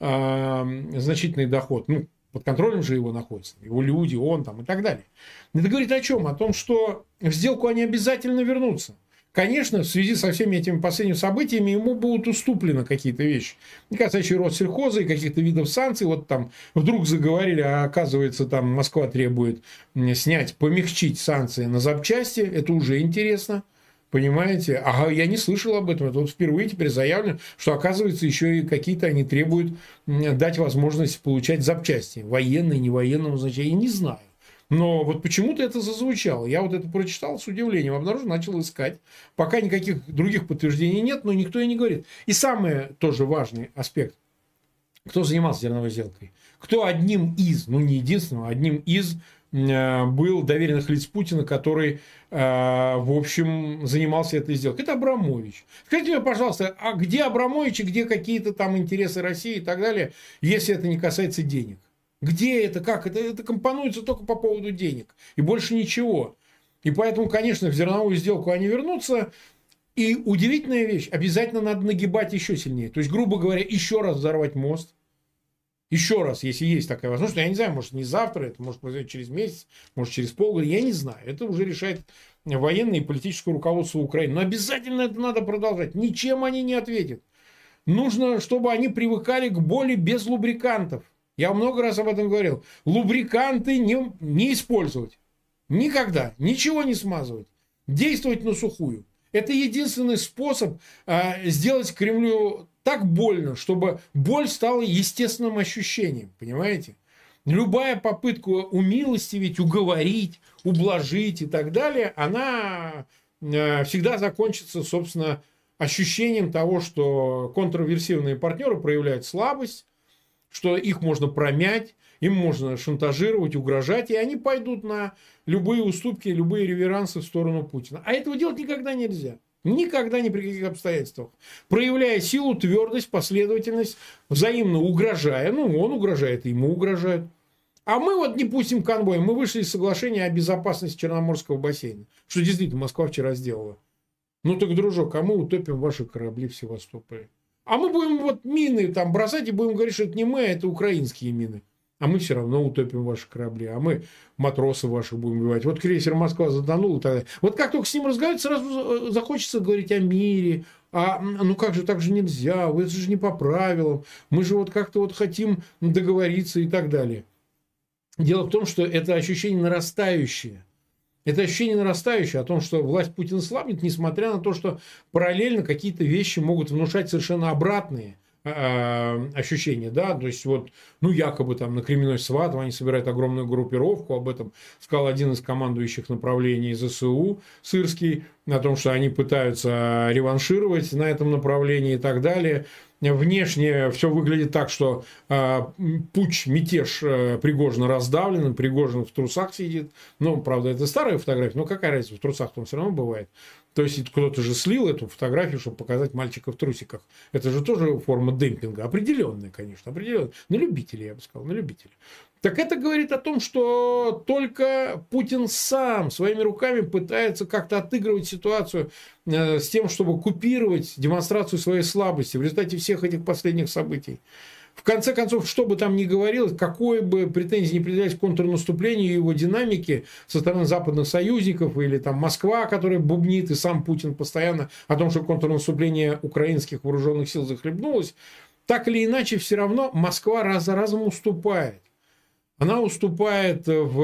э, значительный доход. Ну, под контролем же его находятся, его люди, он там и так далее. Это говорит о чем? О том, что в сделку они обязательно вернутся. Конечно, в связи со всеми этими последними событиями ему будут уступлены какие-то вещи, касающие Россельхоза и каких-то видов санкций. Вот там вдруг заговорили, а оказывается, там Москва требует снять, помягчить санкции на запчасти. Это уже интересно, понимаете? А я не слышал об этом. Это вот впервые теперь заявлено, что, оказывается, еще и какие-то они требуют дать возможность получать запчасти. Военные, не военного значения. Я не знаю. Но вот почему-то это зазвучало. Я вот это прочитал с удивлением, обнаружил, начал искать. Пока никаких других подтверждений нет, но никто и не говорит. И самый тоже важный аспект. Кто занимался зерновой сделкой? Кто одним из, ну не единственным, а одним из э, был доверенных лиц Путина, который, э, в общем, занимался этой сделкой? Это Абрамович. Скажите мне, пожалуйста, а где Абрамович и где какие-то там интересы России и так далее, если это не касается денег? Где это, как? Это, это компонуется только по поводу денег. И больше ничего. И поэтому, конечно, в зерновую сделку они вернутся. И удивительная вещь. Обязательно надо нагибать еще сильнее. То есть, грубо говоря, еще раз взорвать мост. Еще раз, если есть такая возможность. Я не знаю, может, не завтра. Это может произойти через месяц. Может, через полгода. Я не знаю. Это уже решает военное и политическое руководство Украины. Но обязательно это надо продолжать. Ничем они не ответят. Нужно, чтобы они привыкали к боли без лубрикантов. Я много раз об этом говорил. Лубриканты не, не использовать. Никогда. Ничего не смазывать. Действовать на сухую. Это единственный способ э, сделать Кремлю так больно, чтобы боль стала естественным ощущением. Понимаете? Любая попытка умилостивить, уговорить, ублажить и так далее, она э, всегда закончится, собственно, ощущением того, что контрверсивные партнеры проявляют слабость, что их можно промять, им можно шантажировать, угрожать, и они пойдут на любые уступки, любые реверансы в сторону Путина. А этого делать никогда нельзя. Никогда, ни при каких обстоятельствах. Проявляя силу, твердость, последовательность, взаимно угрожая. Ну, он угрожает, и ему угрожают. А мы вот не пустим конвой. Мы вышли из соглашения о безопасности Черноморского бассейна. Что действительно Москва вчера сделала. Ну так, дружок, а мы утопим ваши корабли в Севастополе. А мы будем вот мины там бросать и будем говорить, что это не мы, а это украинские мины. А мы все равно утопим ваши корабли. А мы матросов ваших будем убивать. Вот крейсер «Москва» затонул и так далее. Вот как только с ним разговаривать, сразу захочется говорить о мире. А ну как же, так же нельзя. Это же не по правилам. Мы же вот как-то вот хотим договориться и так далее. Дело в том, что это ощущение нарастающее. Это ощущение нарастающее о том, что власть Путина слабнет, несмотря на то, что параллельно какие-то вещи могут внушать совершенно обратные ощущение, да, то есть вот, ну, якобы там на Кременной Сватово они собирают огромную группировку, об этом сказал один из командующих направлений ЗСУ, Сырский, о том, что они пытаются реваншировать на этом направлении и так далее. Внешне все выглядит так, что э, путч, мятеж э, Пригожина раздавлен, Пригожин в трусах сидит. Ну, правда, это старая фотография, но какая разница, в трусах он все равно бывает. То есть кто-то же слил эту фотографию, чтобы показать мальчика в трусиках. Это же тоже форма демпинга. Определенная, конечно, определенная. На любителей, я бы сказал, на любителей. Так это говорит о том, что только Путин сам своими руками пытается как-то отыгрывать ситуацию э, с тем, чтобы купировать демонстрацию своей слабости в результате всех этих последних событий. В конце концов, что бы там ни говорилось, какой бы претензии не предъявлялись к контрнаступлению и его динамике со стороны западных союзников или там Москва, которая бубнит, и сам Путин постоянно о том, что контрнаступление украинских вооруженных сил захлебнулось, так или иначе все равно Москва раз за разом уступает. Она уступает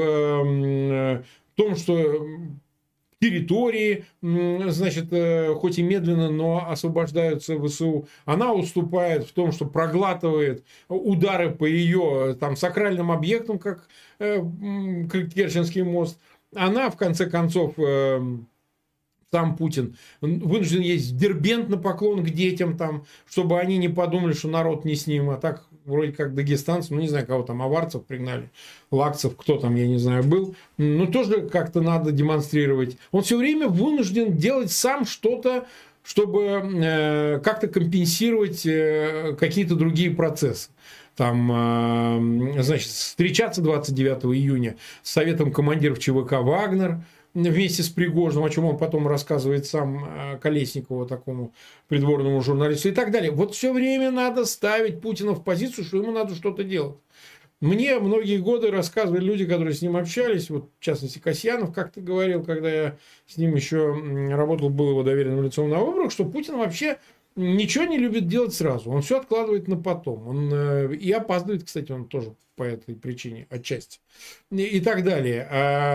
в том, что территории, значит, хоть и медленно, но освобождаются ВСУ. Она уступает в том, что проглатывает удары по ее там, сакральным объектам, как Керченский мост. Она, в конце концов, сам Путин вынужден ездить в Дербент на поклон к детям, там, чтобы они не подумали, что народ не с ним, а так вроде как дагестанцы, ну не знаю, кого там, аварцев пригнали, лакцев, кто там, я не знаю, был, но тоже как-то надо демонстрировать. Он все время вынужден делать сам что-то, чтобы э, как-то компенсировать э, какие-то другие процессы. Там, э, значит, встречаться двадцать девятого июня с советом командиров ЧВК «Вагнер», вместе с Пригожиным, о чем он потом рассказывает сам Колесникову, такому придворному журналисту и так далее. Вот все время надо ставить Путина в позицию, что ему надо что-то делать. Мне многие годы рассказывали люди, которые с ним общались, вот в частности Касьянов как-то говорил, когда я с ним еще работал, был его доверенным лицом на выборах, что Путин вообще ничего не любит делать сразу. Он все откладывает на потом. Он и опаздывает, кстати, он тоже по этой причине отчасти. И так далее.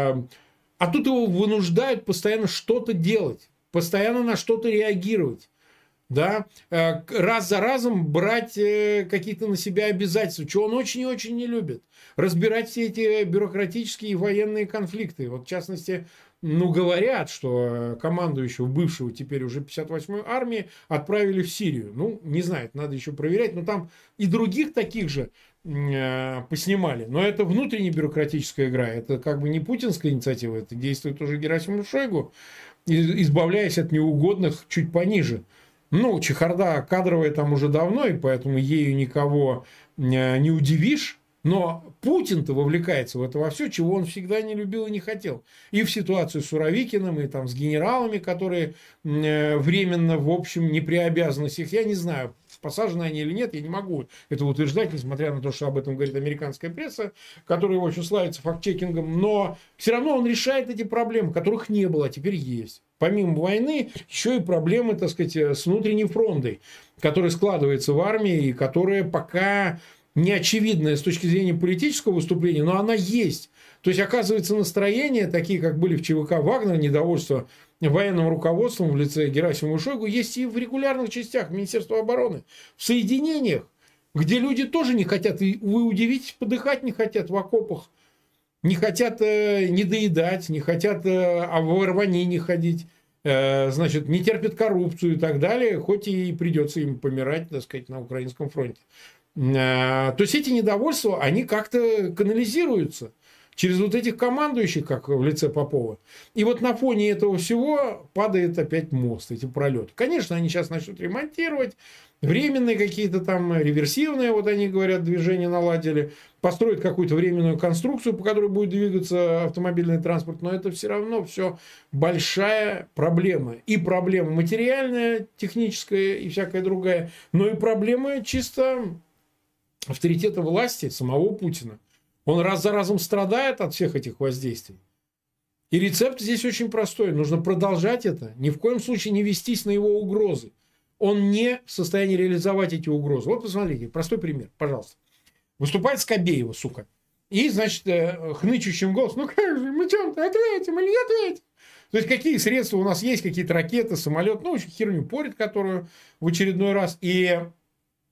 А тут его вынуждают постоянно что-то делать, постоянно на что-то реагировать. Да? Раз за разом брать какие-то на себя обязательства, чего он очень и очень не любит. Разбирать все эти бюрократические и военные конфликты. Вот в частности, ну, говорят, что командующего бывшего теперь уже пятьдесят восьмой армии отправили в Сирию. Ну, не знаю, надо еще проверять, но там и других таких же поснимали. Но это внутренняя бюрократическая игра. Это как бы не путинская инициатива. Это действует уже Герасимов Шойгу, избавляясь от неугодных чуть пониже. Ну, чехарда кадровая там уже давно, и поэтому ею никого не удивишь. Но Путин-то вовлекается в это во все, чего он всегда не любил и не хотел. И в ситуацию с Суровикиным, и там с генералами, которые временно, в общем, не при обязанностях. Я не знаю, посажены они или нет, я не могу это утверждать, несмотря на то, что об этом говорит американская пресса, которая очень славится факт-чекингом. Но все равно он решает эти проблемы, которых не было, а теперь есть. Помимо войны, еще и проблемы, так сказать, с внутренней фронтой, которая складывается в армии, и которая пока не очевидная с точки зрения политического выступления, но она есть. То есть, оказывается, настроения, такие, как были в ЧВК «Вагнер», недовольство военным руководством в лице Герасимова и Шойгу, есть и в регулярных частях Министерства обороны, в соединениях, где люди тоже не хотят, и вы удивитесь, подыхать не хотят в окопах, не хотят э, не доедать, не хотят э, а в рвани не ходить, э, значит, не терпят коррупцию и так далее, хоть и придется им помирать, так сказать, на украинском фронте. Э, то есть, эти недовольства, они как-то канализируются через вот этих командующих, как в лице Попова. И вот на фоне этого всего падает опять мост, эти пролеты. Конечно, они сейчас начнут ремонтировать, временные какие-то там реверсивные, вот они говорят, движения наладили, построят какую-то временную конструкцию, по которой будет двигаться автомобильный транспорт, но это все равно все большая проблема. И проблема материальная, техническая и всякая другая, но и проблема чисто авторитета власти, самого Путина. Он раз за разом страдает от всех этих воздействий. И рецепт здесь очень простой. Нужно продолжать это. Ни в коем случае не вестись на его угрозы. Он не в состоянии реализовать эти угрозы. Вот посмотрите, простой пример, пожалуйста. Выступает Скобеева, сука. И, значит, хнычущим голосом, ну как же, мы чем-то ответим или не ответим? То есть, какие средства у нас есть, какие-то ракеты, самолет, ну, очень херню порит, которую в очередной раз. И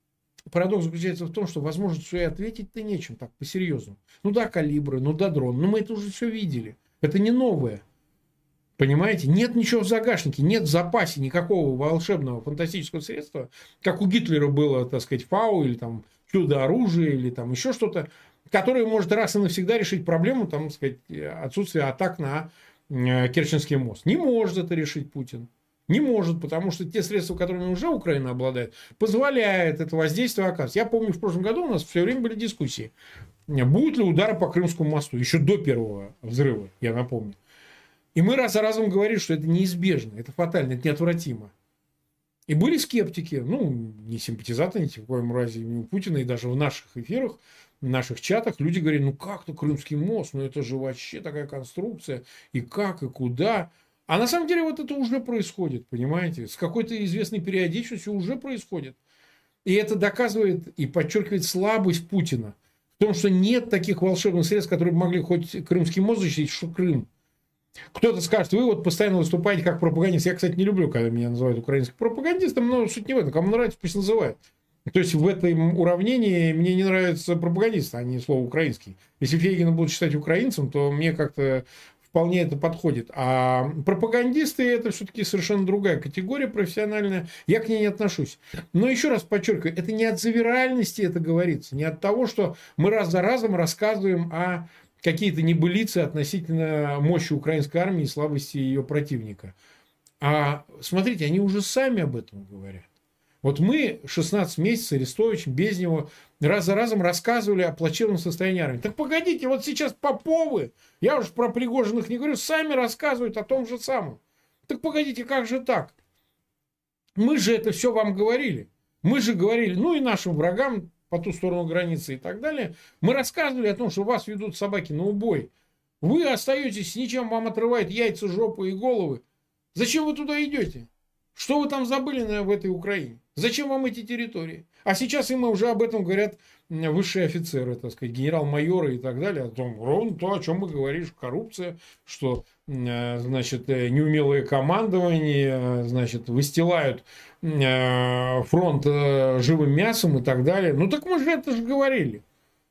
парадокс заключается в том, что возможно, что и ответить-то нечем, так, по-серьезному. Ну да, калибры, ну да, дрон, но мы это уже все видели. Это не новое. Понимаете? Нет ничего в загашнике, нет в запасе никакого волшебного фантастического средства, как у Гитлера было, так сказать, фау или там чудо-оружие или там еще что-то, которое может раз и навсегда решить проблему, там, так сказать, отсутствия атак на Керченский мост. Не может это решить Путин. Не может, потому что те средства, которыми уже Украина обладает, позволяют это воздействие оказывать. Я помню, в прошлом году у нас все время были дискуссии. Будет ли удар по Крымскому мосту? Еще до первого взрыва, я напомню. И мы раз за разом говорили, что это неизбежно, это фатально, это неотвратимо. И были скептики, ну, не симпатизанты, ни в коем разе у Путина, и даже в наших эфирах, в наших чатах люди говорили, ну как-то Крымский мост, ну это же вообще такая конструкция, и как, и куда. А на самом деле вот это уже происходит, понимаете, с какой-то известной периодичностью уже происходит. И это доказывает и подчеркивает слабость Путина в том, что нет таких волшебных средств, которые бы могли хоть Крымский мост защитить, что Крым. Кто-то скажет, вы вот постоянно выступаете как пропагандист. Я, кстати, не люблю, когда меня называют украинским пропагандистом, но суть не в этом. Кому нравится, пусть называют. То есть в этом уравнении мне не нравится пропагандист, а не слово украинский. Если Фейгина будут считать украинцем, то мне как-то вполне это подходит. А пропагандисты это все-таки совершенно другая категория профессиональная. Я к ней не отношусь. Но еще раз подчеркиваю, это не от завиральности это говорится, не от того, что мы раз за разом рассказываем о какие-то небылицы относительно мощи украинской армии и слабости ее противника. А смотрите, они уже сами об этом говорят. Вот мы шестнадцать месяцев, Арестович, без него, раз за разом рассказывали о плачевном состоянии армии. Так погодите, вот сейчас Поповы, я уж про Пригожиных не говорю, сами рассказывают о том же самом. Так погодите, как же так? Мы же это все вам говорили. Мы же говорили, ну и нашим врагам, по ту сторону границы и так далее, мы рассказывали о том, что вас ведут собаки на убой. Вы остаетесь с ничем, вам отрывают яйца, жопы и головы. Зачем вы туда идете? Что вы там забыли на, в этой Украине? Зачем вам эти территории? А сейчас им уже об этом говорят высшие офицеры, так сказать, генерал-майоры и так далее. О том, ровно то, о чем мы говорим, коррупция, что, значит, неумелое командование, значит, выстилают фронт живым мясом и так далее. Ну так мы же это же говорили.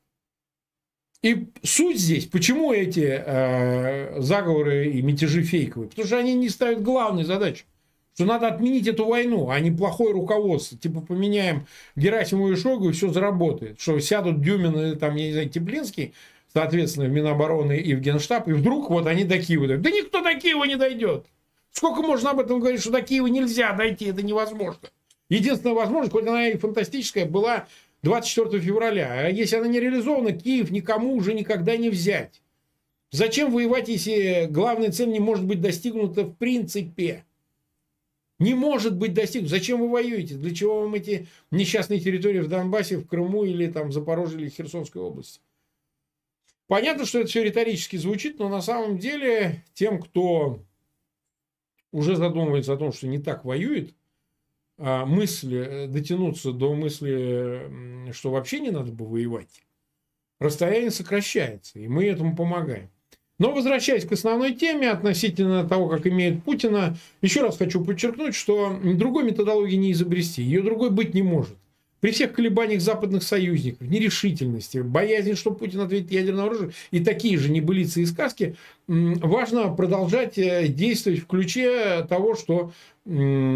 И суть здесь, почему эти э, заговоры и мятежи фейковые? Потому что они не ставят главной задачи. Что надо отменить эту войну, а не плохое руководство. Типа поменяем Герасимову и Шойгу, и все заработает. Что сядут Дюмин и там, я не знаю, Теплинский, соответственно, в Минобороны и в Генштаб, и вдруг вот они до Киева дойдут. Да никто до Киева не дойдет. Сколько можно об этом говорить, что до Киева нельзя дойти, это невозможно. Единственная возможность, хоть она и фантастическая, была двадцать четвёртого февраля. А если она не реализована, Киев никому уже никогда не взять. Зачем воевать, если главная цель не может быть достигнута в принципе? Не может быть достигнута. Зачем вы воюете? Для чего вам эти несчастные территории в Донбассе, в Крыму или там в Запорожье или Херсонской области? Понятно, что это все риторически звучит, но на самом деле тем, кто уже задумывается о том, что не так воюет, мысли, дотянуться до мысли, что вообще не надо бы воевать, расстояние сокращается, и мы этому помогаем. Но возвращаясь к основной теме относительно того, как имеет Путина, еще раз хочу подчеркнуть, что другой методологии не изобрести, ее другой быть не может. При всех колебаниях западных союзников, нерешительности, боязни, что Путин ответит ядерным оружием, и такие же небылицы и сказки, важно продолжать действовать в ключе того, что по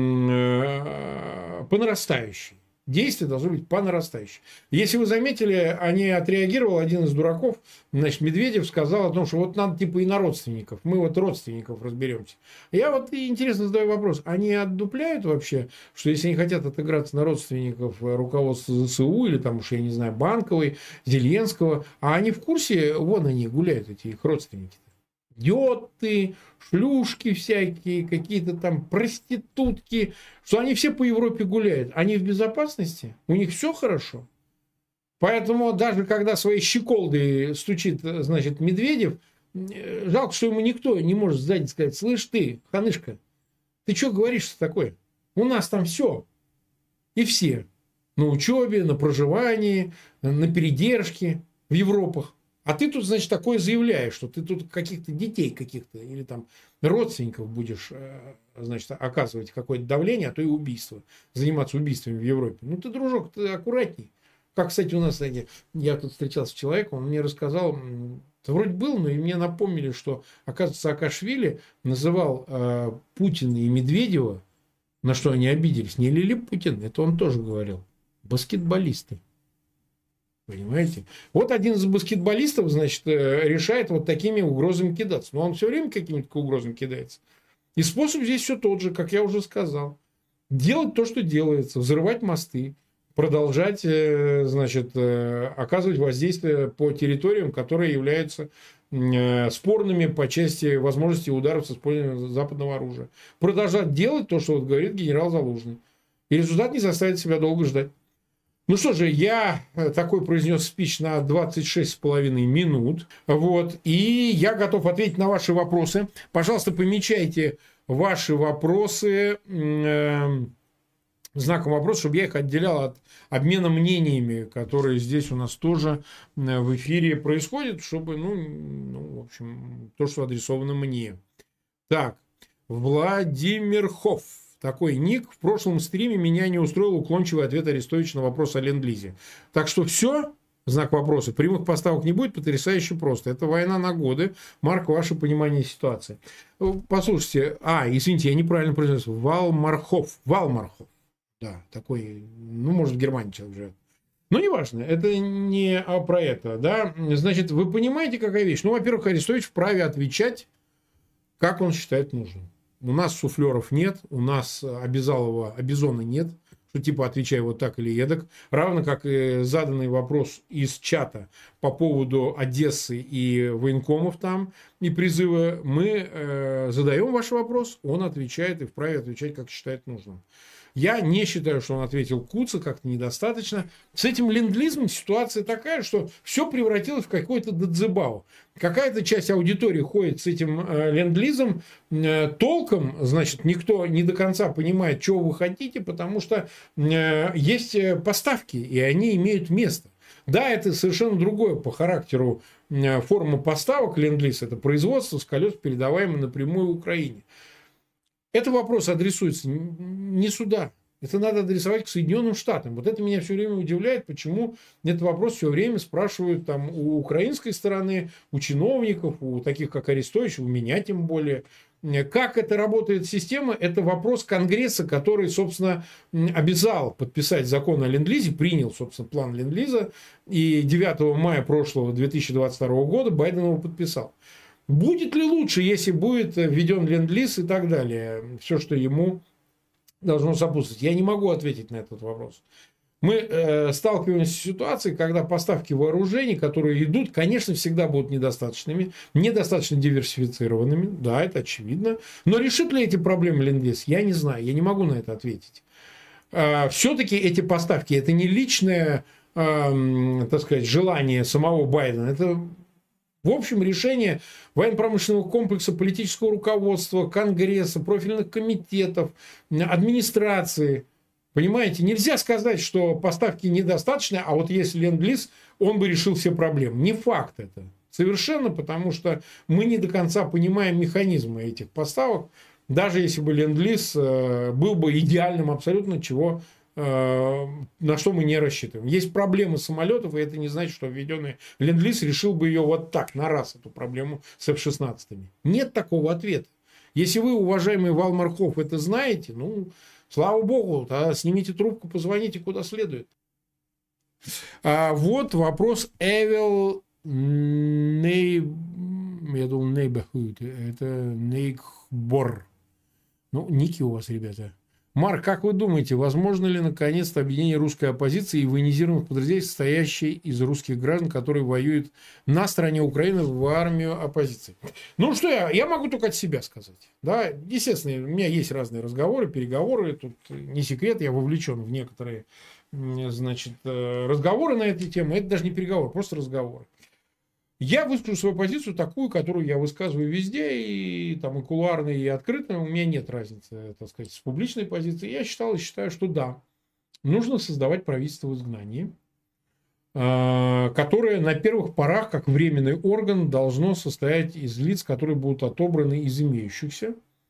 нарастающей. Действия должны быть по нарастающей. Если вы заметили, они отреагировал, один из дураков, значит, Медведев сказал о том, что вот надо типа и на родственников. Мы вот родственников разберемся. Я вот интересно задаю вопрос. Они отдупляют вообще, что если они хотят отыграться на родственников руководства ЗСУ или там уж, я не знаю, Банковой, Зеленского, а они в курсе, вон они гуляют, эти их родственники. Идиоты, шлюшки всякие, какие-то там проститутки, что они все по Европе гуляют. Они в безопасности, у них все хорошо. Поэтому даже когда свои щеколды стучит, значит, Медведев, жалко, что ему никто не может сзади сказать: слышь ты, ханышка, ты что говоришь-то такое? У нас там все. И все. На учебе, на проживании, на передержке в Европах. А ты тут, значит, такое заявляешь, что ты тут каких-то детей каких-то или там родственников будешь значит, оказывать какое-то давление, а то и убийство, заниматься убийствами в Европе. Ну, ты, дружок, ты аккуратней. Как, кстати, у нас, кстати, я тут встречался с человеком, он мне рассказал, это вроде был, но и мне напомнили, что, оказывается, Саакашвили называл э, Путина и Медведева, на что они обиделись, не Лилипутин, это он тоже говорил, баскетболисты. Понимаете? Вот один из баскетболистов, значит, решает вот такими угрозами кидаться. Но он все время какими-то угрозами кидается. И способ здесь все тот же, как я уже сказал. Делать то, что делается. Взрывать мосты. Продолжать, значит, оказывать воздействие по территориям, которые являются спорными по части возможности ударов с использованием западного оружия. Продолжать делать то, что вот говорит генерал Залужный. И результат не заставит себя долго ждать. Ну что же, я такой произнес спич на двадцать шесть с половиной минут. Вот, и я готов ответить на ваши вопросы. Пожалуйста, помечайте ваши вопросы э, знаком вопроса, чтобы я их отделял от обмена мнениями, которые здесь у нас тоже в эфире происходит, чтобы, ну, ну в общем, то, что адресовано мне. Так, Владимир Хофф. Такой ник. В прошлом стриме меня не устроил уклончивый ответ Арестовича на вопрос о ленд-лизе. Так что все, знак вопроса. Прямых поставок не будет, потрясающе просто. Это война на годы. Марк, ваше понимание ситуации. Послушайте. А, извините, я неправильно произнес. Валмархов. Валмархов. Да, такой, ну, может, в Германии человек живет. Но неважно, это не про это, да. Значит, вы понимаете, какая вещь? Ну, во-первых, Арестович вправе отвечать, как он считает нужным. У нас суфлеров нет, у нас обязалова, обязона нет, что типа отвечай вот так или эдак. Равно как и заданный вопрос из чата по поводу Одессы и военкомов там, и призыва. Мы э, задаем ваш вопрос, он отвечает и вправе отвечать, как считает нужным. Я не считаю, что он ответил куца, как-то недостаточно. С этим ленд-лизом ситуация такая, что все превратилось в какой-то дадзебао. Какая-то часть аудитории ходит с этим э, ленд-лизом э, толком, значит, никто не до конца понимает, чего вы хотите, потому что э, есть поставки, и они имеют место. Да, это совершенно другое по характеру э, форма поставок ленд-лиз. Это производство с колес, передаваемое напрямую Украине. Это вопрос адресуется не сюда. Это надо адресовать к Соединенным Штатам. Вот это меня все время удивляет, почему этот вопрос все время спрашивают там у украинской стороны, у чиновников, у таких как Арестович, у меня тем более. Как это работает система, это вопрос Конгресса, который, собственно, обязал подписать закон о ленд-лизе, принял, собственно, план ленд-лиза, и девятого мая прошлого две тысячи двадцать второго года Байден его подписал. Будет ли лучше, если будет введен ленд-лиз и так далее? Все, что ему должно сопутствовать. Я не могу ответить на этот вопрос. Мы э, сталкиваемся с ситуацией, когда поставки вооружений, которые идут, конечно, всегда будут недостаточными, недостаточно диверсифицированными. Да, это очевидно. Но решит ли эти проблемы ленд-лиз? Я не знаю. Я не могу на это ответить. Э, все-таки эти поставки, это не личное, э, так сказать, желание самого Байдена. Это... В общем, решение военно-промышленного комплекса, политического руководства, Конгресса, профильных комитетов, администрации. Понимаете, нельзя сказать, что поставки недостаточны, а вот если ленд-лиз, он бы решил все проблемы. Не факт это. Совершенно, потому что мы не до конца понимаем механизмы этих поставок. Даже если бы ленд-лиз был бы идеальным абсолютно, чего... на что мы не рассчитываем. Есть проблемы самолетов, и это не значит, что введенный ленд-лиз решил бы ее вот так, на раз, эту проблему с эф шестнадцать. Нет такого ответа. Если вы, уважаемый Валмархов, это знаете, ну, слава богу, тогда снимите трубку, позвоните куда следует. А вот вопрос Evil Neighborhood. Я думал, Neighborhood. Это Нейкбор. Ну, ники у вас, ребята. Марк, как вы думаете, возможно ли наконец-то объединение русской оппозиции и военизированных подразделений, состоящей из русских граждан, которые воюют на стороне Украины в армию оппозиции? Ну что я, я могу только от себя сказать. Да, естественно, у меня есть разные разговоры, переговоры, тут не секрет, я вовлечен в некоторые, значит, разговоры на эту тему. Это даже не переговоры, просто разговоры. Я выскажу свою позицию такую, которую я высказываю везде, и там и кулуарно, и открыто. У меня нет разницы, так сказать, с публичной позицией. Я считал и считаю, что да, нужно создавать правительство в изгнании, которое на первых порах, как временный орган, должно состоять из лиц, которые будут отобраны из имеющихся,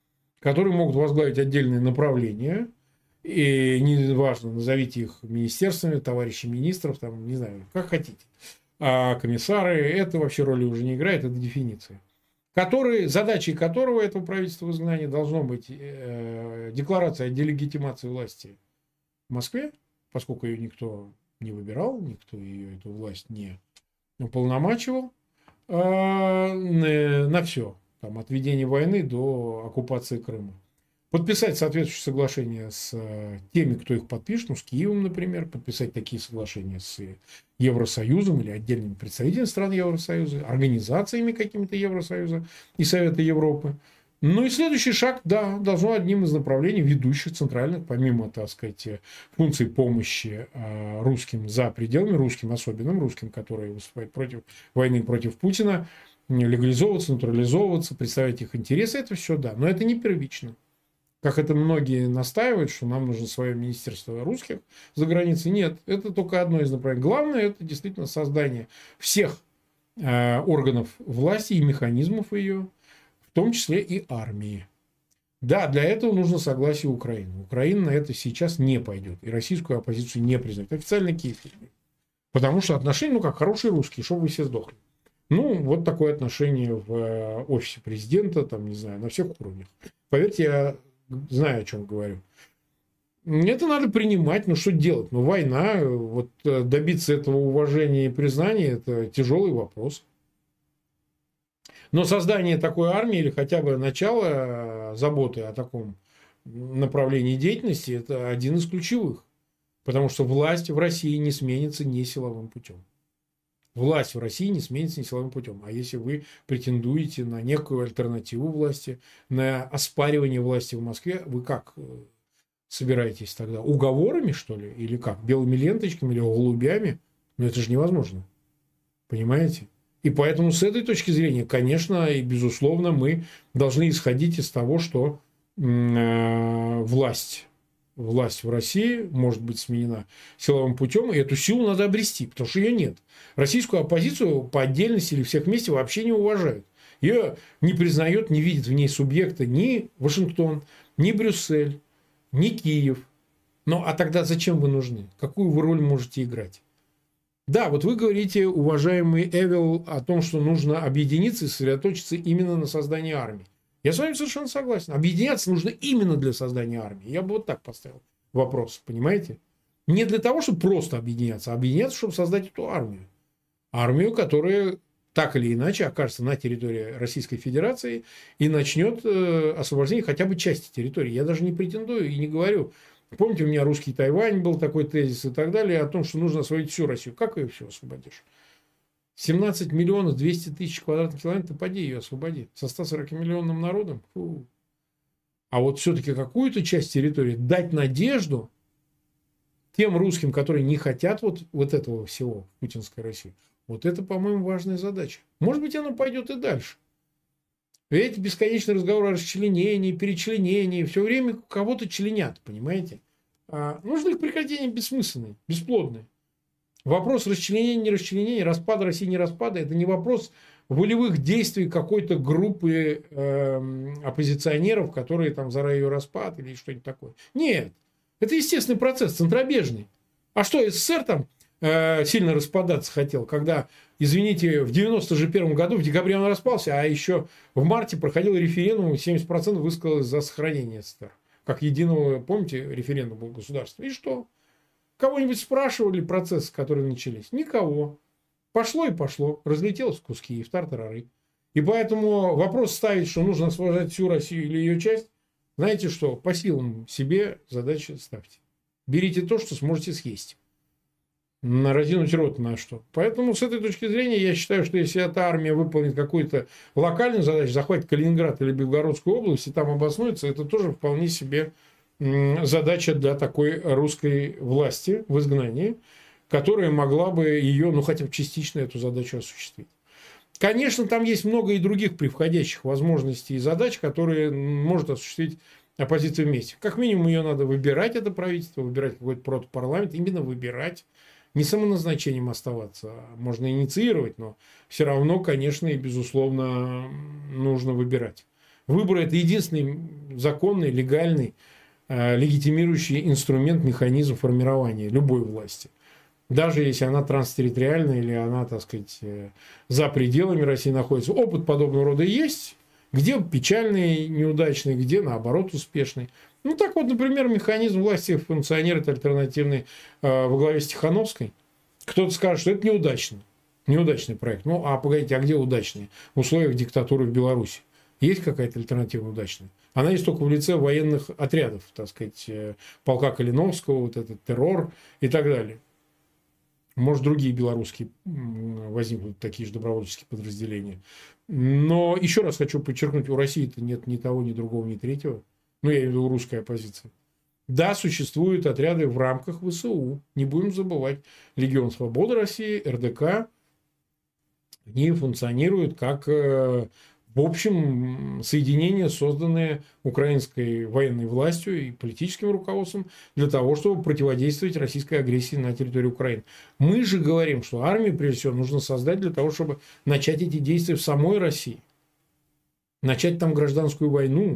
которые могут возглавить отдельные направления, и неважно, назовите их министерствами, товарищи министров, там, не знаю, как хотите. А комиссары, это вообще роли уже не играет, это дефиниция. Который, задачей которого этого правительства в изгнании должно быть э, декларация о делегитимации власти в Москве, поскольку ее никто не выбирал, никто ее, эту власть не уполномачивал, э, на, на все, там, от ведения войны до оккупации Крыма. Подписать соответствующие соглашения с теми, кто их подпишет, ну, с Киевом, например, подписать такие соглашения с Евросоюзом или отдельными представителями стран Евросоюза, организациями какими-то Евросоюза и Совета Европы. Ну и следующий шаг, да, должно одним из направлений ведущих центральных, помимо, так сказать, функций помощи русским за пределами, русским особенным, русским, которые выступают против войны, против Путина, легализовываться, натурализовываться, представлять их интересы, это все, да, но это не первично. Как это многие настаивают, что нам нужно свое министерство русских за границей. Нет, это только одно из направлений. Главное, это действительно создание всех э, органов власти и механизмов ее, в том числе и армии. Да, для этого нужно согласие Украины. Украина на это сейчас не пойдет. И российскую оппозицию не признает. Официально Киев. Потому что отношения, ну как, хорошие русские, чтобы вы все сдохли. Ну, вот такое отношение в офисе президента, там, не знаю, на всех уровнях. Поверьте, я знаю, о чем говорю. Это надо принимать, ну что делать? Ну, война, вот добиться этого уважения и признания, это тяжелый вопрос. Но создание такой армии или хотя бы начало заботы о таком направлении деятельности, это один из ключевых. Потому что власть в России не сменится ни силовым путем. Власть в России не сменится ни силовым путем. А если вы претендуете на некую альтернативу власти, на оспаривание власти в Москве, вы как собираетесь тогда? Уговорами, что ли? Или как? Белыми ленточками или голубями? Ну, это же невозможно. Понимаете? И поэтому с этой точки зрения, конечно, и безусловно, мы должны исходить из того, что э, власть... Власть в России может быть сменена силовым путем, и эту силу надо обрести, потому что ее нет. Российскую оппозицию по отдельности или всех вместе вообще не уважают. Ее не признает, не видит в ней субъекта ни Вашингтон, ни Брюссель, ни Киев. Ну, а тогда зачем вы нужны? Какую вы роль можете играть? Да, вот вы говорите, уважаемый Эвел, о том, что нужно объединиться и сосредоточиться именно на создании армии. Я с вами совершенно согласен. Объединяться нужно именно для создания армии. Я бы вот так поставил вопрос, понимаете? Не для того, чтобы просто объединяться, а объединяться, чтобы создать эту армию. Армию, которая так или иначе окажется на территории Российской Федерации и начнет э, освобождение хотя бы части территории. Я даже не претендую и не говорю. Помните, у меня русский Тайвань был такой тезис и так далее, о том, что нужно освободить всю Россию. Как ее все освободишь? семнадцать миллионов двести тысяч квадратных километров, поди ее освободи. Со ста сорока миллионным народом. Фу. А вот все-таки какую-то часть территории дать надежду тем русским, которые не хотят вот, вот этого всего в путинской России. Вот это, по-моему, важная задача. Может быть, оно пойдет и дальше. Эти бесконечные разговоры о расчленении, перечленении, все время кого-то членят, понимаете? А нужно их прекращение бессмысленное, бесплодное. Вопрос расчленения, не расчленения, распада России, не распада, это не вопрос волевых действий какой-то группы э, оппозиционеров, которые там за ее распад или что-нибудь такое. Нет, это естественный процесс, центробежный. А что, СССР там э, сильно распадаться хотел, когда, извините, в девяносто первом году, в декабре он распался, а еще в марте проходил референдум, семьдесят процентов высказалось за сохранение СССР. Как единого, помните, референдум был государства. И что? Кого-нибудь спрашивали процессы, которые начались? Никого. Пошло и пошло. Разлетелось в куски и в тартарары. И поэтому вопрос ставить, что нужно освобождать всю Россию или ее часть, знаете что, по силам себе задачи ставьте. Берите то, что сможете съесть. На разинуть рот на что. Поэтому с этой точки зрения я считаю, что если эта армия выполнит какую-то локальную задачу, захватит Калининград или Белгородскую область и там обоснуется, это тоже вполне себе задача для такой русской власти в изгнании, которая могла бы ее, ну, хотя бы частично эту задачу осуществить. Конечно, там есть много и других превходящих возможностей и задач, которые может осуществить оппозиция вместе. Как минимум, ее надо выбирать, это правительство, выбирать какой-то протопарламент, именно выбирать, не самоназначением оставаться. Можно инициировать, но все равно, конечно, и безусловно нужно выбирать. Выборы – это единственный законный, легальный, э, легитимирующий инструмент, механизм формирования любой власти. Даже если она транстерриториальная или она, так сказать, э, за пределами России находится. Опыт подобного рода есть, где печальный, неудачный, где, наоборот, успешный. Ну, так вот, например, механизм власти функционирует альтернативный э, во главе с Тихановской. Кто-то скажет, что это неудачно. Неудачный проект. Ну, а погодите, а где удачный? В условиях диктатуры в Беларуси. Есть какая-то альтернатива удачная? Она есть только в лице военных отрядов, так сказать, полка Калиновского, вот этот террор и так далее. Может, другие белорусские возникнут такие же добровольческие подразделения. Но еще раз хочу подчеркнуть, у России-то нет ни того, ни другого, ни третьего. Ну, я имею в виду русская оппозиция. Да, существуют отряды в рамках ВСУ. Не будем забывать. Легион Свободы России, эр дэ ка. Они функционируют как, в общем, соединения, созданные украинской военной властью и политическим руководством для того, чтобы противодействовать российской агрессии на территории Украины. Мы же говорим, что армию, прежде всего, нужно создать для того, чтобы начать эти действия в самой России. Начать там гражданскую войну.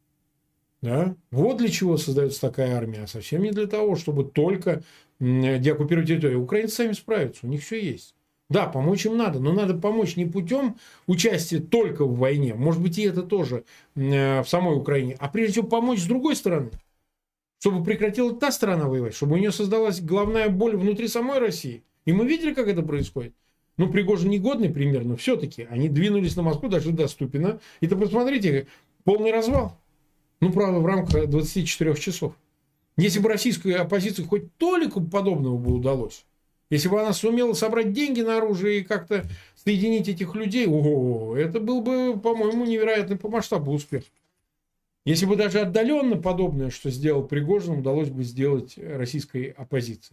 Да? Вот для чего создается такая армия, а совсем не для того, чтобы только деоккупировать территорию. Украинцы сами справятся, у них все есть. Да, помочь им надо, но надо помочь не путем участия только в войне, может быть, и это тоже в самой Украине, а прежде всего помочь с другой стороны, чтобы прекратила та сторона воевать, чтобы у нее создалась головная боль внутри самой России. И мы видели, как это происходит. Ну, Пригожин негодный пример, но все-таки они двинулись на Москву, дошли до Ступино. И то посмотрите, полный развал. Ну, правда, в рамках двадцати четырёх часов. Если бы российской оппозиции хоть толику подобного бы удалось, если бы она сумела собрать деньги на оружие и как-то соединить этих людей, о, это был бы, по-моему, невероятный по масштабу успех. Если бы даже отдаленно подобное, что сделал Пригожин, удалось бы сделать российской оппозиции.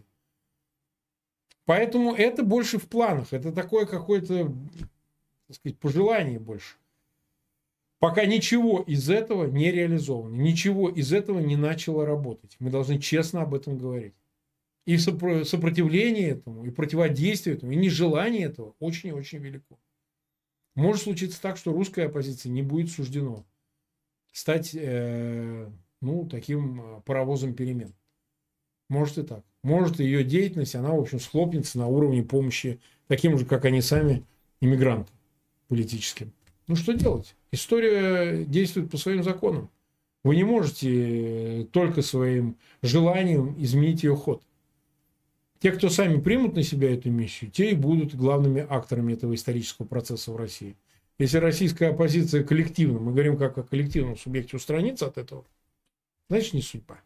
Поэтому это больше в планах. Это такое какое-то, так сказать, пожелание больше. Пока ничего из этого не реализовано. Ничего из этого не начало работать. Мы должны честно об этом говорить. И сопротивление этому, и противодействие этому, и нежелание этого очень и очень велико. Может случиться так, что русская оппозиция не будет суждено стать э, ну, таким паровозом перемен. Может и так. Может ее деятельность, она, в общем, схлопнется на уровне помощи таким же, как они сами, иммигрантам политическим. Ну, что делать? История действует по своим законам. Вы не можете только своим желанием изменить ее ход. Те, кто сами примут на себя эту миссию, те и будут главными акторами этого исторического процесса в России. Если российская оппозиция коллективно, мы говорим как о коллективном субъекте, устранится от этого, значит, не судьба.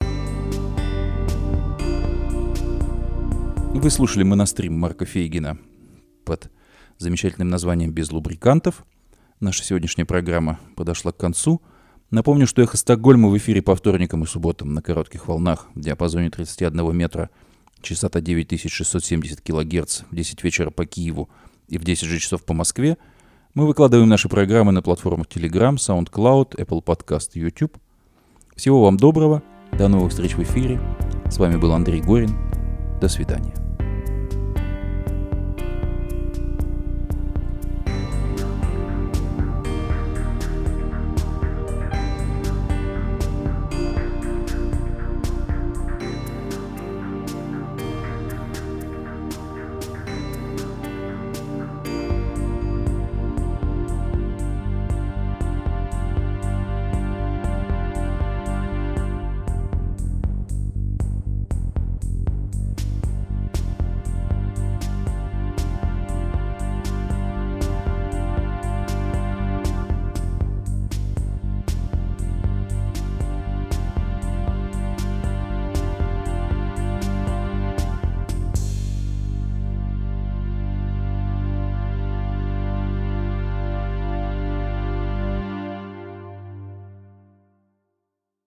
Вы слушали монострим Марка Фейгина под замечательным названием «Без лубрикантов». Наша сегодняшняя программа подошла к концу. Напомню, что «Эхо Стокгольма» в эфире по вторникам и субботам на коротких волнах в диапазоне тридцать один метра, частота девять тысяч шестьсот семьдесят килогерц, в десять вечера по Киеву и в десять же часов по Москве. Мы выкладываем наши программы на платформах Telegram, SoundCloud, Apple Podcast и YouTube. Всего вам доброго, до новых встреч в эфире. С вами был Андрей Горин. До свидания.